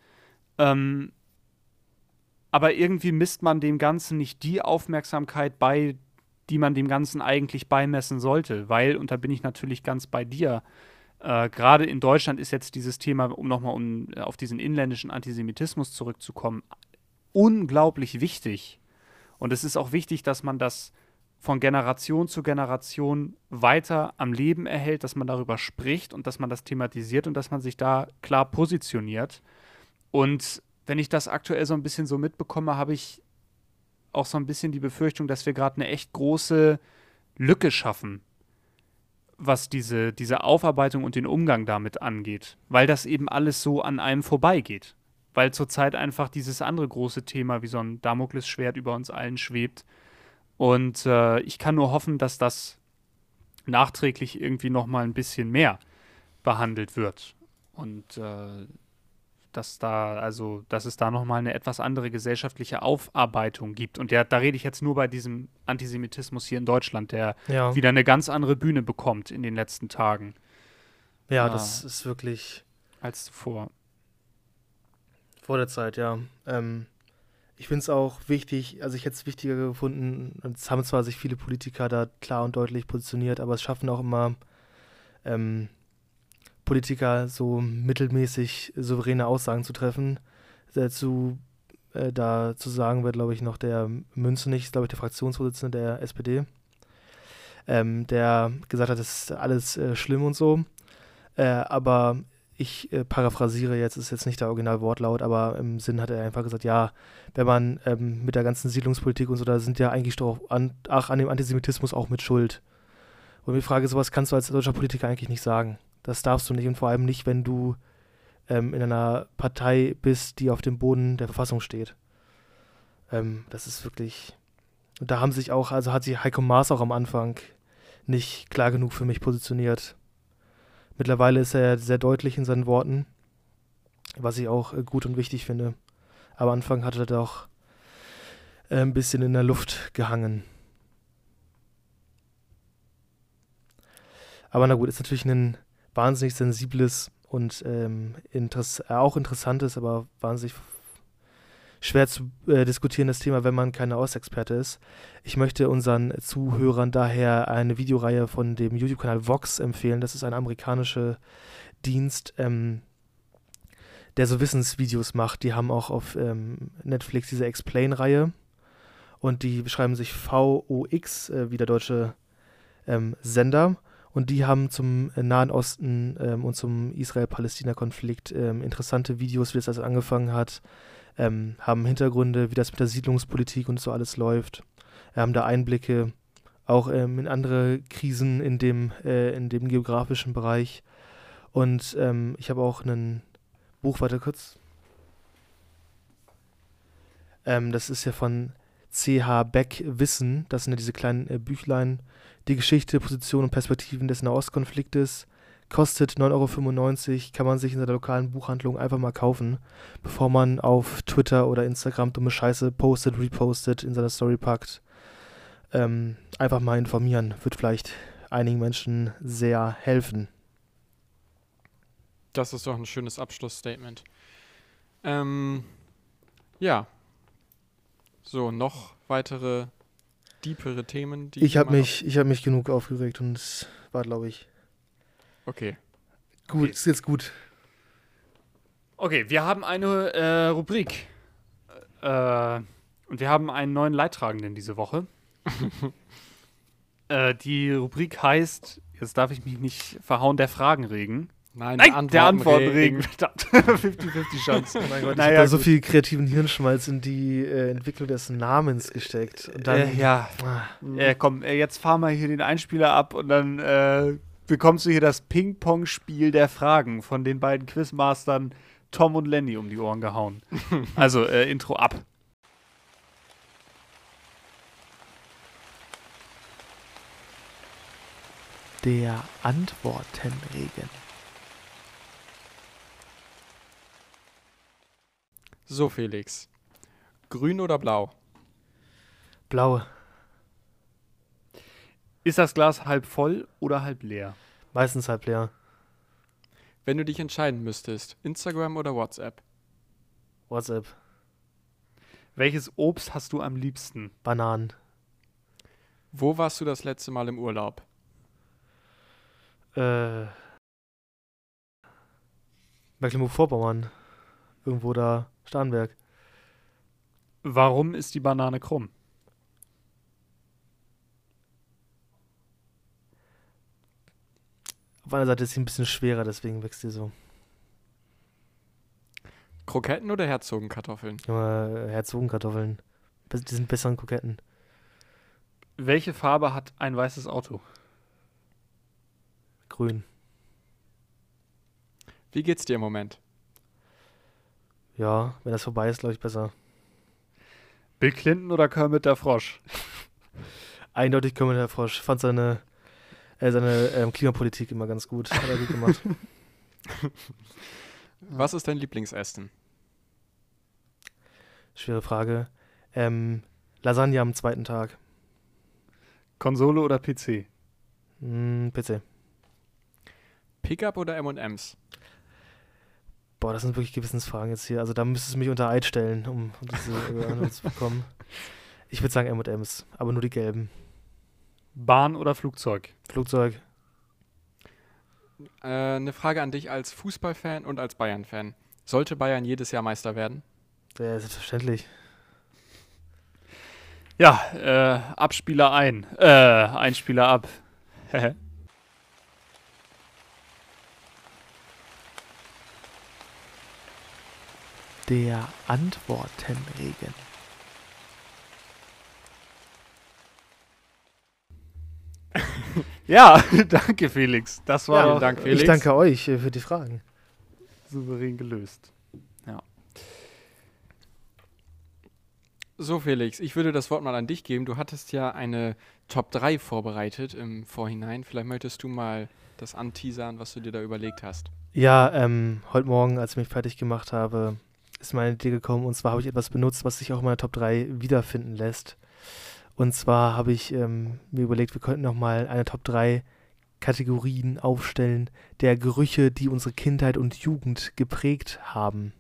Aber irgendwie misst man dem Ganzen nicht die Aufmerksamkeit bei, die man dem Ganzen eigentlich beimessen sollte. Weil, und da bin ich natürlich ganz bei dir, gerade in Deutschland ist jetzt dieses Thema, um auf diesen inländischen Antisemitismus zurückzukommen, unglaublich wichtig. Und es ist auch wichtig, dass man das von Generation zu Generation weiter am Leben erhält, dass man darüber spricht und dass man das thematisiert und dass man sich da klar positioniert. Und wenn ich das aktuell so ein bisschen so mitbekomme, habe ich auch so ein bisschen die Befürchtung, dass wir gerade eine echt große Lücke schaffen, was diese Aufarbeitung und den Umgang damit angeht, weil das eben alles so an einem vorbeigeht. Weil zurzeit einfach dieses andere große Thema wie so ein Damoklesschwert über uns allen schwebt. Und ich kann nur hoffen, dass das nachträglich irgendwie noch mal ein bisschen mehr behandelt wird. Und dass es da noch mal eine etwas andere gesellschaftliche Aufarbeitung gibt. Und da rede ich jetzt nur bei diesem Antisemitismus hier in Deutschland, der wieder eine ganz andere Bühne bekommt in den letzten Tagen. Ja, das ist wirklich als zuvor. Vor der Zeit, ja. Ich finde es auch wichtig, also ich hätte es wichtiger gefunden, und es haben zwar sich viele Politiker da klar und deutlich positioniert, aber es schaffen auch immer Politiker so mittelmäßig souveräne Aussagen zu treffen. Dazu sagen wird, glaube ich, noch der Münzenich, glaube ich, der Fraktionsvorsitzende der SPD, der gesagt hat, das ist alles schlimm und so. Aber ich paraphrasiere jetzt, ist jetzt nicht der Originalwortlaut, aber im Sinn hat er einfach gesagt, ja, wenn man mit der ganzen Siedlungspolitik und so, da sind ja eigentlich doch an dem Antisemitismus auch mit Schuld. Und die Frage, sowas kannst du als deutscher Politiker eigentlich nicht sagen. Das darfst du nicht und vor allem nicht, wenn du in einer Partei bist, die auf dem Boden der Verfassung steht. Das ist wirklich, und da hat sich Heiko Maas auch am Anfang nicht klar genug für mich positioniert. Mittlerweile ist er sehr deutlich in seinen Worten, was ich auch gut und wichtig finde. Aber am Anfang hat er doch ein bisschen in der Luft gehangen. Aber na gut, ist natürlich ein wahnsinnig sensibles und auch interessantes, aber wahnsinnig schwer zu diskutierendes Thema, wenn man kein Ostexperte ist. Ich möchte unseren Zuhörern daher eine Videoreihe von dem YouTube-Kanal Vox empfehlen. Das ist ein amerikanischer Dienst, der so Wissensvideos macht. Die haben auch auf Netflix diese Explain-Reihe und die beschreiben sich VOX, wie der deutsche Sender. Und die haben zum Nahen Osten und zum Israel-Palästina-Konflikt interessante Videos, wie das also angefangen hat, haben Hintergründe, wie das mit der Siedlungspolitik und so alles läuft, haben da Einblicke auch in andere Krisen in dem geografischen Bereich. Und ich habe auch ein Buch, warte kurz. Das ist ja von C.H. Beck, Wissen. Das sind ja diese kleinen Büchlein. Die Geschichte, Position und Perspektiven des Nahostkonfliktes. Kostet 9,95 €, kann man sich in seiner lokalen Buchhandlung einfach mal kaufen, bevor man auf Twitter oder Instagram dumme Scheiße postet, repostet, in seiner Story packt. Einfach mal informieren, wird vielleicht einigen Menschen sehr helfen. Das ist doch ein schönes Abschlussstatement. Ja. So, noch weitere deepere Themen, die ich habe mich genug aufgeregt und es war, glaube ich, okay. Gut, okay. Ist jetzt gut. Okay, wir haben eine Rubrik. Und wir haben einen neuen Leidtragenden diese Woche. Die Rubrik heißt, jetzt darf ich mich nicht verhauen, der Fragenregen. Nein, der Antwortenregen. 50-50 Chance. Oh mein Gott, ich habe da so viel kreativen Hirnschmalz in die Entwicklung des Namens gesteckt. Und dann, komm, jetzt fahr mal hier den Einspieler ab und dann bekommst du hier das Ping-Pong-Spiel der Fragen von den beiden Quizmastern Tom und Lenny um die Ohren gehauen. Also, Intro ab. Der Antwortenregen. So, Felix. Grün oder blau? Blau. Ist das Glas halb voll oder halb leer? Meistens halb leer. Wenn du dich entscheiden müsstest, Instagram oder WhatsApp? WhatsApp. Welches Obst hast du am liebsten? Bananen. Wo warst du das letzte Mal im Urlaub? Mecklenburg-Vorpommern. Irgendwo da, Starnberg. Warum ist die Banane krumm? Auf einer Seite ist sie ein bisschen schwerer, deswegen wächst sie so. Kroketten oder Herzogenkartoffeln? Herzogenkartoffeln. Die sind besser an Kroketten. Welche Farbe hat ein weißes Auto? Grün. Wie geht's dir im Moment? Ja, wenn das vorbei ist, glaube ich, besser. Bill Clinton oder Kermit der Frosch? Eindeutig Kermit der Frosch. Fand seine Klimapolitik immer ganz gut. Hat er gut gemacht. Was ist dein Lieblingsessen? Schwere Frage. Lasagne am zweiten Tag. Konsole oder PC? PC. Pickup oder M&M's? Boah, das sind wirklich Gewissensfragen jetzt hier. Also da müsstest du mich unter Eid stellen, um diese Antwort zu bekommen. Ich würde sagen M&M's, aber nur die gelben. Bahn oder Flugzeug? Flugzeug. Eine Frage an dich als Fußballfan und als Bayern-Fan. Sollte Bayern jedes Jahr Meister werden? Ja, selbstverständlich. Ja, Abspieler ein. Einspieler ab. Der Antwortenregen. Ja, danke Felix. Das war Vielen Dank, Felix. Ich danke euch für die Fragen. souverän gelöst. Ja. So, Felix, ich würde das Wort mal an dich geben. Du hattest ja eine Top 3 vorbereitet im Vorhinein. Vielleicht möchtest du mal das anteasern, was du dir da überlegt hast. Ja, heute Morgen, als ich mich fertig gemacht habe, ist meine Idee gekommen. Und zwar habe ich etwas benutzt, was sich auch in meiner Top 3 wiederfinden lässt. Und zwar habe ich mir überlegt, wir könnten nochmal eine Top 3 Kategorien aufstellen der Gerüche, die unsere Kindheit und Jugend geprägt haben.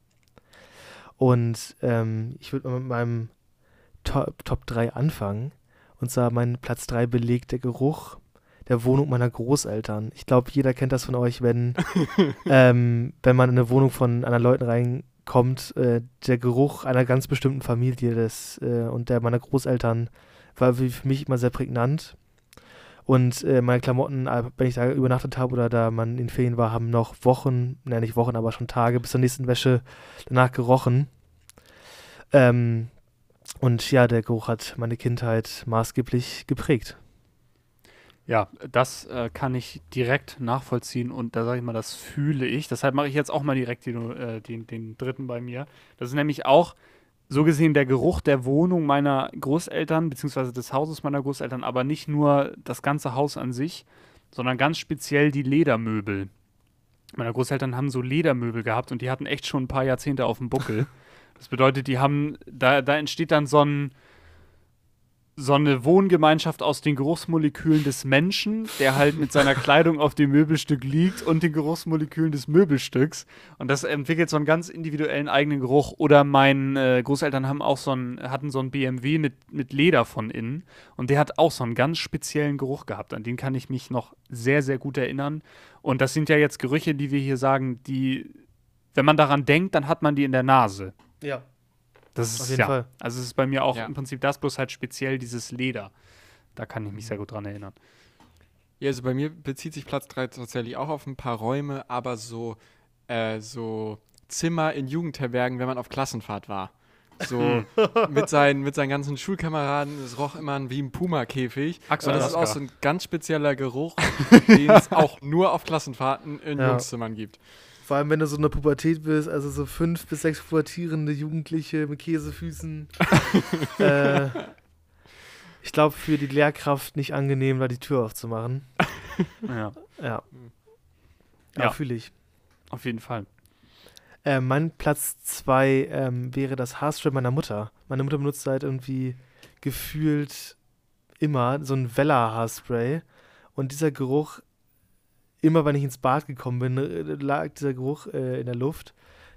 Und ich würde mal mit meinem Top 3 anfangen. Und zwar mein Platz 3 belegt der Geruch der Wohnung meiner Großeltern. Ich glaube, jeder kennt das von euch, wenn man in eine Wohnung von anderen Leuten reinkommt, der Geruch einer ganz bestimmten Familie und der meiner Großeltern war für mich immer sehr prägnant. Und meine Klamotten, wenn ich da übernachtet habe oder da man in Ferien war, haben noch Wochen, nicht Wochen, aber schon Tage bis zur nächsten Wäsche danach gerochen. Und ja, der Geruch hat meine Kindheit maßgeblich geprägt. Ja, das kann ich direkt nachvollziehen und da sage ich mal, das fühle ich. Deshalb mache ich jetzt auch mal direkt den dritten bei mir. Das ist nämlich auch so gesehen der Geruch der Wohnung meiner Großeltern, beziehungsweise des Hauses meiner Großeltern, aber nicht nur das ganze Haus an sich, sondern ganz speziell die Ledermöbel. Meine Großeltern haben so Ledermöbel gehabt und die hatten echt schon ein paar Jahrzehnte auf dem Buckel. Das bedeutet, da entsteht dann so eine Wohngemeinschaft aus den Geruchsmolekülen des Menschen, der halt mit seiner Kleidung auf dem Möbelstück liegt und den Geruchsmolekülen des Möbelstücks. Und das entwickelt so einen ganz individuellen eigenen Geruch. Oder meine Großeltern hatten so einen BMW mit Leder von innen. Und der hat auch so einen ganz speziellen Geruch gehabt. An den kann ich mich noch sehr, sehr gut erinnern. Und das sind ja jetzt Gerüche, die wir hier sagen, die, wenn man daran denkt, dann hat man die in der Nase. Ja. Das ist Auf jeden Fall. Also es ist bei mir auch Ja. im Prinzip das, bloß halt speziell dieses Leder. Da kann ich mich sehr gut dran erinnern. Ja, also bei mir bezieht sich Platz 3 tatsächlich auch auf ein paar Räume, aber so Zimmer in Jugendherbergen, wenn man auf Klassenfahrt war. So mit seinen ganzen Schulkameraden, es roch immer wie ein Puma-Käfig. Axel Und das ist Oskar. auch so ein ganz spezieller Geruch, den es auch nur auf Klassenfahrten in Ja. Jungszimmern gibt. Vor allem, wenn du so in der Pubertät bist, also so 5 bis 6 pubertierende Jugendliche mit Käsefüßen. Ich glaube, für die Lehrkraft nicht angenehm, da die Tür aufzumachen. Ja, Ja. Ja. Ja, fühle ich. auf jeden Fall. Mein Platz 2 wäre das Haarspray meiner Mutter. Meine Mutter benutzt halt irgendwie gefühlt immer so ein Wella-Haarspray. Und dieser Geruch, immer wenn ich ins Bad gekommen bin, lag dieser Geruch in der Luft.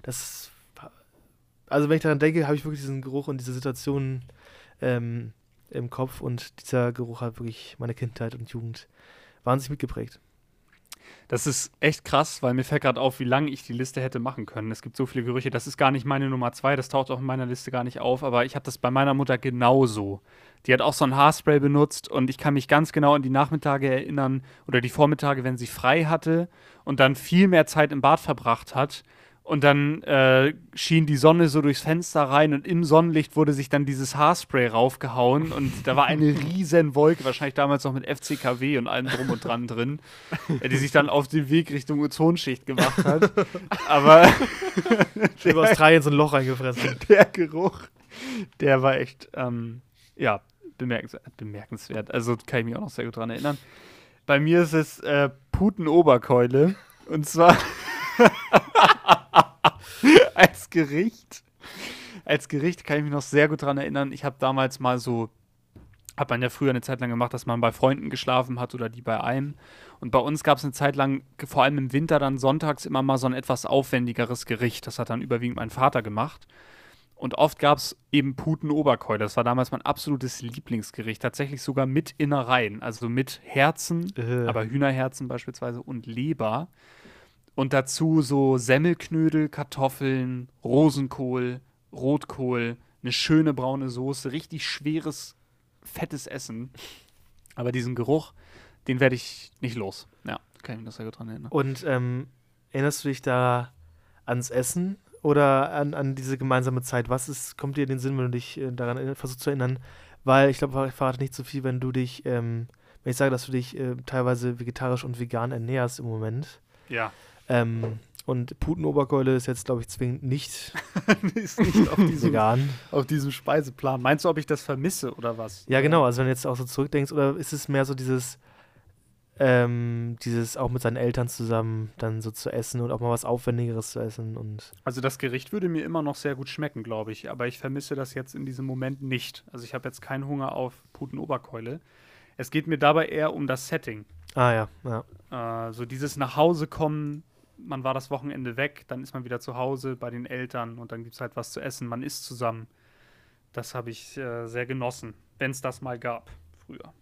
Also wenn ich daran denke, habe ich wirklich diesen Geruch und diese Situation im Kopf. Und dieser Geruch hat wirklich meine Kindheit und Jugend wahnsinnig mitgeprägt. Das ist echt krass, weil mir fällt gerade auf, wie lange ich die Liste hätte machen können. Es gibt so viele Gerüche. Das ist gar nicht meine Nummer 2, das taucht auch in meiner Liste gar nicht auf, aber ich habe das bei meiner Mutter genauso. Die hat auch so ein Haarspray benutzt und ich kann mich ganz genau an die Nachmittage erinnern oder die Vormittage, wenn sie frei hatte und dann viel mehr Zeit im Bad verbracht hat. Und dann schien die Sonne so durchs Fenster rein und im Sonnenlicht wurde sich dann dieses Haarspray raufgehauen und da war eine riesen Wolke, wahrscheinlich damals noch mit FCKW und allem drum und dran drin, die sich dann auf den Weg Richtung Ozonschicht gemacht hat. Aber Über Australien so ein Loch reingefressen. der Geruch, der war echt, bemerkenswert. Also kann ich mich auch noch sehr gut dran erinnern. Bei mir ist es Putenoberkeule und zwar als Gericht. Als Gericht kann ich mich noch sehr gut daran erinnern. Ich habe damals mal hat man ja früher eine Zeit lang gemacht, dass man bei Freunden geschlafen hat oder die bei einem. Und bei uns gab es eine Zeit lang, vor allem im Winter, dann sonntags immer mal so ein etwas aufwendigeres Gericht. Das hat dann überwiegend mein Vater gemacht. Und oft gab es eben Putenoberkeule. Das war damals mein absolutes Lieblingsgericht. Tatsächlich sogar mit Innereien. Also mit Herzen, aber Hühnerherzen beispielsweise und Leber. Und dazu so Semmelknödel, Kartoffeln, Rosenkohl, Rotkohl, eine schöne braune Soße, richtig schweres, fettes Essen. Aber diesen Geruch, den werde ich nicht los. Ja, kann ich mich noch sehr gut dran erinnern. Und erinnerst du dich da ans Essen oder an diese gemeinsame Zeit? Kommt dir in den Sinn, wenn du dich daran versuchst zu erinnern? Weil ich glaube, ich verrate nicht so viel, wenn du dich, wenn ich sage, dass du dich teilweise vegetarisch und vegan ernährst im Moment. Ja. Und Putenoberkeule ist jetzt, glaube ich, zwingend nicht Ist nicht vegan. auf diesem Speiseplan. Meinst du, ob ich das vermisse oder was? Ja, genau. Also wenn du jetzt auch so zurückdenkst, oder ist es mehr so dieses auch mit seinen Eltern zusammen dann so zu essen und auch mal was Aufwendigeres zu essen und Also das Gericht würde mir immer noch sehr gut schmecken, glaube ich. Aber ich vermisse das jetzt in diesem Moment nicht. Also ich habe jetzt keinen Hunger auf Putenoberkeule. Es geht mir dabei eher um das Setting. ja. So dieses nach Hause kommen, man war das Wochenende weg, dann ist man wieder zu Hause bei den Eltern und dann gibt es halt was zu essen, man isst zusammen. Das habe ich sehr genossen, wenn es das mal gab früher.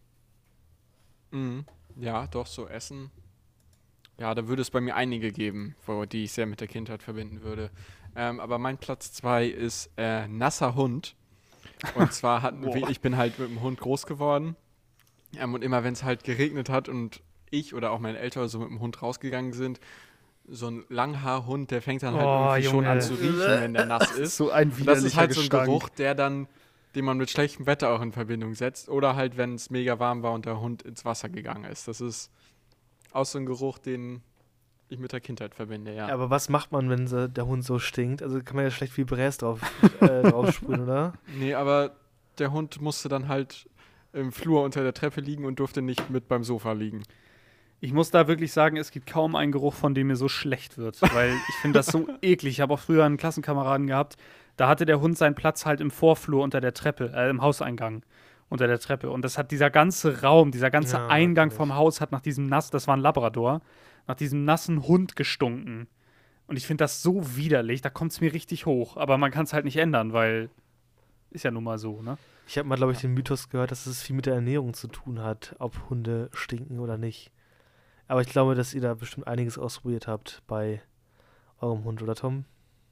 Mhm. Ja, doch, so Essen. Ja, da würde es bei mir einige geben, die ich sehr mit der Kindheit verbinden würde. Aber mein Platz 2 ist nasser Hund. Und zwar ich bin halt mit dem Hund groß geworden. Und immer wenn es halt geregnet hat und ich oder auch meine Eltern so mit dem Hund rausgegangen sind, so ein Langhaarhund, der fängt dann halt irgendwie schon an zu riechen, wenn der nass ist. So ein Und das ist halt so ein Gestank. Geruch, den man mit schlechtem Wetter auch in Verbindung setzt. Oder halt, wenn es mega warm war und der Hund ins Wasser gegangen ist. Das ist auch so ein Geruch, den ich mit der Kindheit verbinde, ja. Ja, aber was macht man, wenn der Hund so stinkt? Also kann man ja schlecht Vibräs drauf sprühen, oder? Nee, aber der Hund musste dann halt im Flur unter der Treppe liegen und durfte nicht mit beim Sofa liegen. Ich muss da wirklich sagen, es gibt kaum einen Geruch, von dem mir so schlecht wird, weil ich finde das so eklig. Ich habe auch früher einen Klassenkameraden gehabt, da hatte der Hund seinen Platz halt im Vorflur unter der Treppe, im Hauseingang unter der Treppe. Und das hat dieser ganze Raum, dieser ganze Ja, Eingang natürlich. vom Haus hat nach diesem das war ein Labrador, nach diesem nassen Hund gestunken. Und ich finde das so widerlich, da kommt es mir richtig hoch. Aber man kann es halt nicht ändern, weil ist ja nun mal so, ne? Ich habe mal, glaube ich, den Mythos gehört, dass es viel mit der Ernährung zu tun hat, ob Hunde stinken oder nicht. Aber ich glaube, dass ihr da bestimmt einiges ausprobiert habt bei eurem Hund, oder Tom?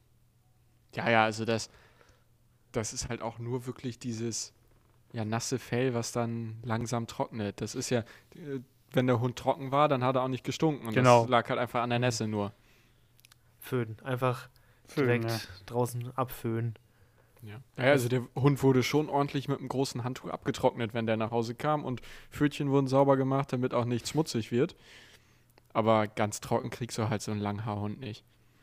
Ja, also das ist halt auch nur wirklich dieses nasse Fell, was dann langsam trocknet. Das ist ja, wenn der Hund trocken war, dann hat er auch nicht gestunken. Und Genau. das lag halt einfach an der Nässe nur. Föhn. Einfach Föhn, direkt ja. draußen abföhnen. Ja, also der Hund wurde schon ordentlich mit einem großen Handtuch abgetrocknet, wenn der nach Hause kam. Und Pfötchen wurden sauber gemacht, damit auch nicht schmutzig wird. Aber ganz trocken kriegst du halt so einen Langhaarhund nicht.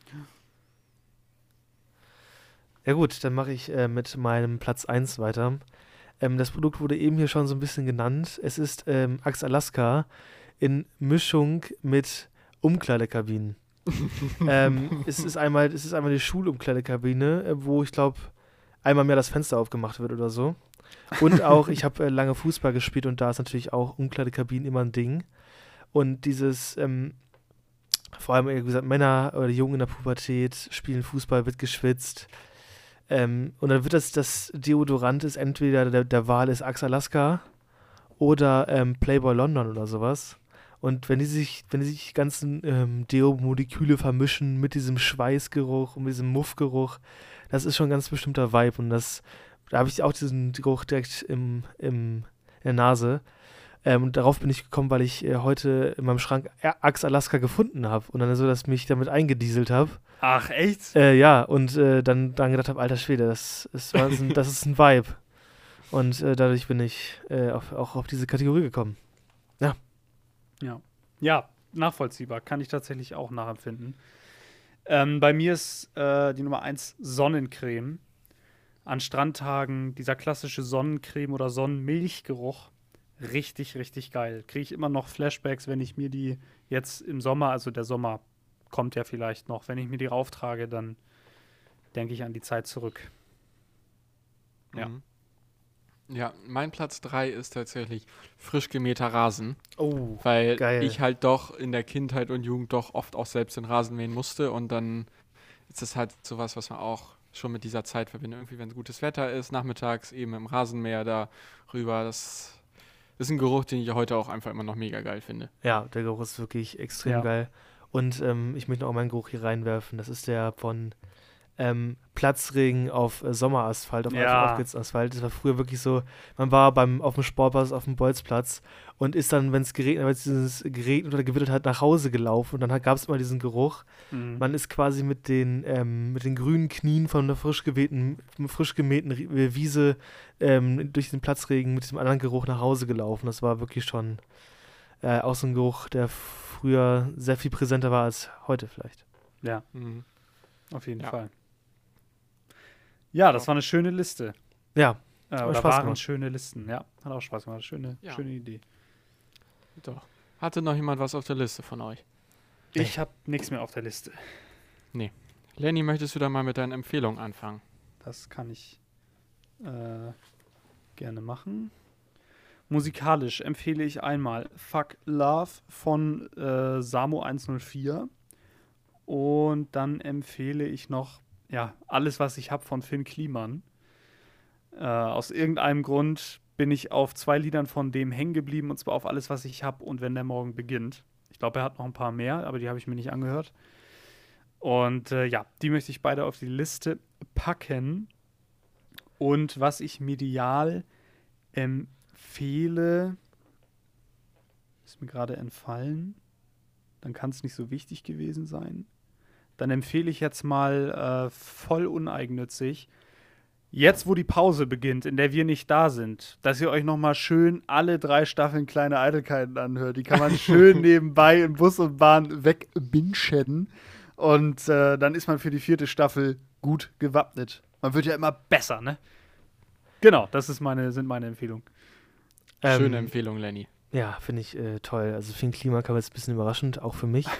Ja gut, dann mache ich mit meinem Platz 1 weiter. Das Produkt wurde eben hier schon so ein bisschen genannt. Es ist Axe Alaska in Mischung mit Umkleidekabinen. Es ist einmal die Schulumkleidekabine, wo ich glaube, einmal mehr das Fenster aufgemacht wird oder so. Und auch, ich habe lange Fußball gespielt und da ist natürlich auch Umkleidekabinen immer ein Ding. Und dieses, vor allem, wie gesagt, Männer oder Jungen in der Pubertät spielen Fußball, wird geschwitzt. Und dann wird das Deodorant ist entweder der Wahl ist Axe Alaska oder Playboy London oder sowas. Und wenn die sich ganzen Deo-Moleküle vermischen mit diesem Schweißgeruch und mit diesem Muffgeruch, das ist schon ein ganz bestimmter Vibe. Und da habe ich auch diesen Geruch direkt in der Nase. Und darauf bin ich gekommen, weil ich heute in meinem Schrank Axe Alaska gefunden habe. Und dann so, dass ich mich damit eingedieselt habe. Ach, echt? Ja, und dann gedacht habe, alter Schwede, das ist ein Vibe. Und dadurch bin ich auch auf diese Kategorie gekommen. Ja, nachvollziehbar. Kann ich tatsächlich auch nachempfinden. Bei mir ist die Nummer 1 Sonnencreme. An Strandtagen dieser klassische Sonnencreme oder Sonnenmilchgeruch. Richtig, richtig geil. Kriege ich immer noch Flashbacks, wenn ich mir die jetzt im Sommer, also der Sommer kommt ja vielleicht noch, wenn ich mir die rauftrage, dann denke ich an die Zeit zurück. Ja. Ja, mein Platz 3 ist tatsächlich frisch gemähter Rasen. Oh, weil geil. ich halt doch in der Kindheit und Jugend doch oft auch selbst den Rasen mähen musste und dann ist es halt sowas, was man auch schon mit dieser Zeit verbindet. Irgendwie, wenn es gutes Wetter ist, nachmittags eben im Rasenmäher da rüber, das ist ein Geruch, den ich heute auch einfach immer noch mega geil finde. Ja, der Geruch ist wirklich extrem geil. Und ich möchte noch meinen Geruch hier reinwerfen. Das ist der von Platzregen auf Sommerasphalt, auf Asphalt. Das war früher wirklich so, man war auf dem Sportplatz, auf dem Bolzplatz und ist dann, wenn es geregnet oder gewittert hat, nach Hause gelaufen und dann gab es immer diesen Geruch. Mhm. Man ist quasi mit den grünen Knien von einer frisch gemähten Wiese durch den Platzregen mit diesem anderen Geruch nach Hause gelaufen. Das war wirklich schon auch so ein Geruch, der früher sehr viel präsenter war als heute vielleicht. Ja, Mhm. auf jeden Fall. Ja, das war eine schöne Liste. Ja, Oder Spaß waren gemacht. schöne Listen. Ja, hat auch Spaß gemacht. Schöne Idee. Doch. Hatte noch jemand was auf der Liste von euch? Ich habe nichts mehr auf der Liste. Lenny, möchtest du da mal mit deinen Empfehlungen anfangen? Das kann ich gerne machen. Musikalisch empfehle ich einmal Fuck Love von Samo 104. Und dann empfehle ich noch alles, was ich habe von Finn Kliman. Aus irgendeinem Grund bin ich auf 2 Liedern von dem hängen geblieben, und zwar auf Alles, was ich habe und Wenn der Morgen beginnt. Ich glaube, er hat noch ein paar mehr, aber die habe ich mir nicht angehört. Und die möchte ich beide auf die Liste packen. Und was ich medial empfehle, ist mir gerade entfallen. Dann kann es nicht so wichtig gewesen sein. Dann empfehle ich jetzt mal voll uneigennützig, jetzt wo die Pause beginnt, in der wir nicht da sind, dass ihr euch nochmal schön alle 3 Staffeln Kleine Eitelkeiten anhört. Die kann man schön nebenbei in Bus und Bahn wegbingen. Und dann ist man für die 4. Staffel gut gewappnet. Man wird ja immer besser, ne? Genau, das sind meine Empfehlungen. Schöne Empfehlung, Lenny. Ja, finde ich toll. Also Finn Kliman kam jetzt ein bisschen überraschend, auch für mich.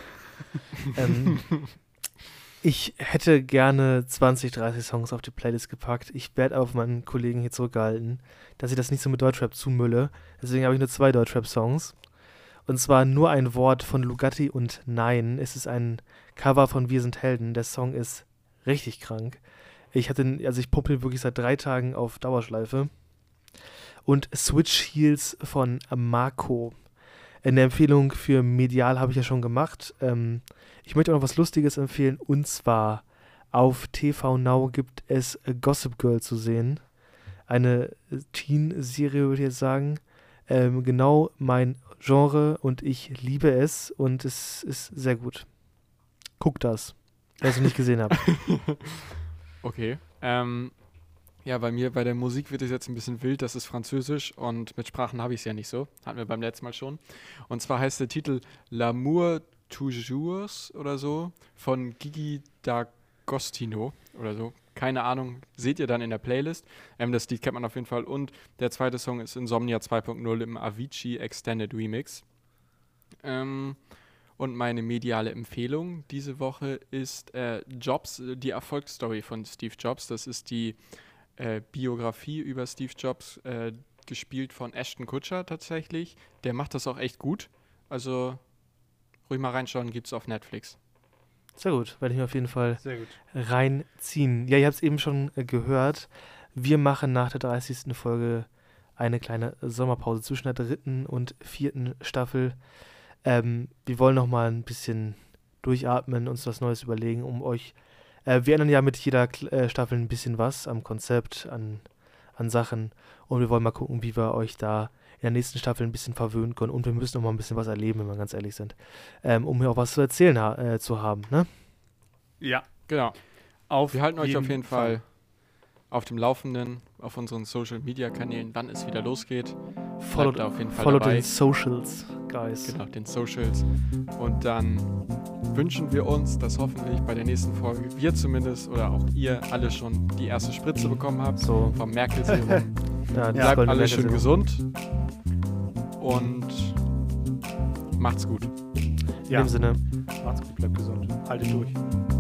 Ich hätte gerne 20, 30 Songs auf die Playlist gepackt. Ich werde aber auf meinen Kollegen hier zurückgehalten, dass ich das nicht so mit Deutschrap zumülle. Deswegen habe ich nur 2 Deutschrap-Songs. Und zwar nur ein Wort von Lugatti und Nein. Es ist ein Cover von Wir sind Helden. Der Song ist richtig krank. Ich pumpe ihn wirklich seit 3 Tagen auf Dauerschleife. Und Switch Heels von Marco. Eine Empfehlung für Medial habe ich ja schon gemacht. Ich möchte auch noch was Lustiges empfehlen. Und zwar auf TV Now gibt es Gossip Girl zu sehen. Eine Teen-Serie, würde ich jetzt sagen. Genau mein Genre und ich liebe es. Und es ist sehr gut. Guckt das, wer es noch nicht gesehen habt. Okay. Ja, bei der Musik wird es jetzt ein bisschen wild, das ist Französisch und mit Sprachen habe ich es ja nicht so. Hatten wir beim letzten Mal schon. Und zwar heißt der Titel L'amour toujours oder so von Gigi D'Agostino oder so. Keine Ahnung, seht ihr dann in der Playlist. Das Lied kennt man auf jeden Fall. Und der zweite Song ist Insomnia 2.0 im Avicii Extended Remix. Und meine mediale Empfehlung diese Woche ist Jobs, die Erfolgsstory von Steve Jobs. Das ist die Biografie über Steve Jobs, gespielt von Ashton Kutcher tatsächlich. Der macht das auch echt gut. Also ruhig mal reinschauen, gibt's auf Netflix. Sehr gut, werde ich mir auf jeden Fall Sehr gut. reinziehen. Ja, ihr habt es eben schon gehört. Wir machen nach der 30. Folge eine kleine Sommerpause zwischen der 3. und 4. Staffel. Wir wollen noch mal ein bisschen durchatmen, uns was Neues überlegen, um euch. Wir ändern ja mit jeder Staffel ein bisschen was am Konzept, an Sachen. Und wir wollen mal gucken, wie wir euch da in der nächsten Staffel ein bisschen verwöhnen können. Und wir müssen noch mal ein bisschen was erleben, wenn wir ganz ehrlich sind. Um hier auch was zu erzählen zu haben, ne? Ja, Genau. auf Wir halten euch auf jeden Fall auf dem Laufenden, auf unseren Social-Media-Kanälen, wann es wieder losgeht. Bleibt da auf jeden Fall Follow dabei. den Socials, guys. Genau, den Socials. Und dann wünschen wir uns, dass hoffentlich bei der nächsten Folge wir zumindest oder auch ihr alle schon die erste Spritze bekommen habt So. vom Merkel-Serum. Ja, das Bleibt goldene alle schön Merkel-Serum. gesund und macht's gut. In dem Sinne. Macht's gut, bleibt gesund. Haltet durch.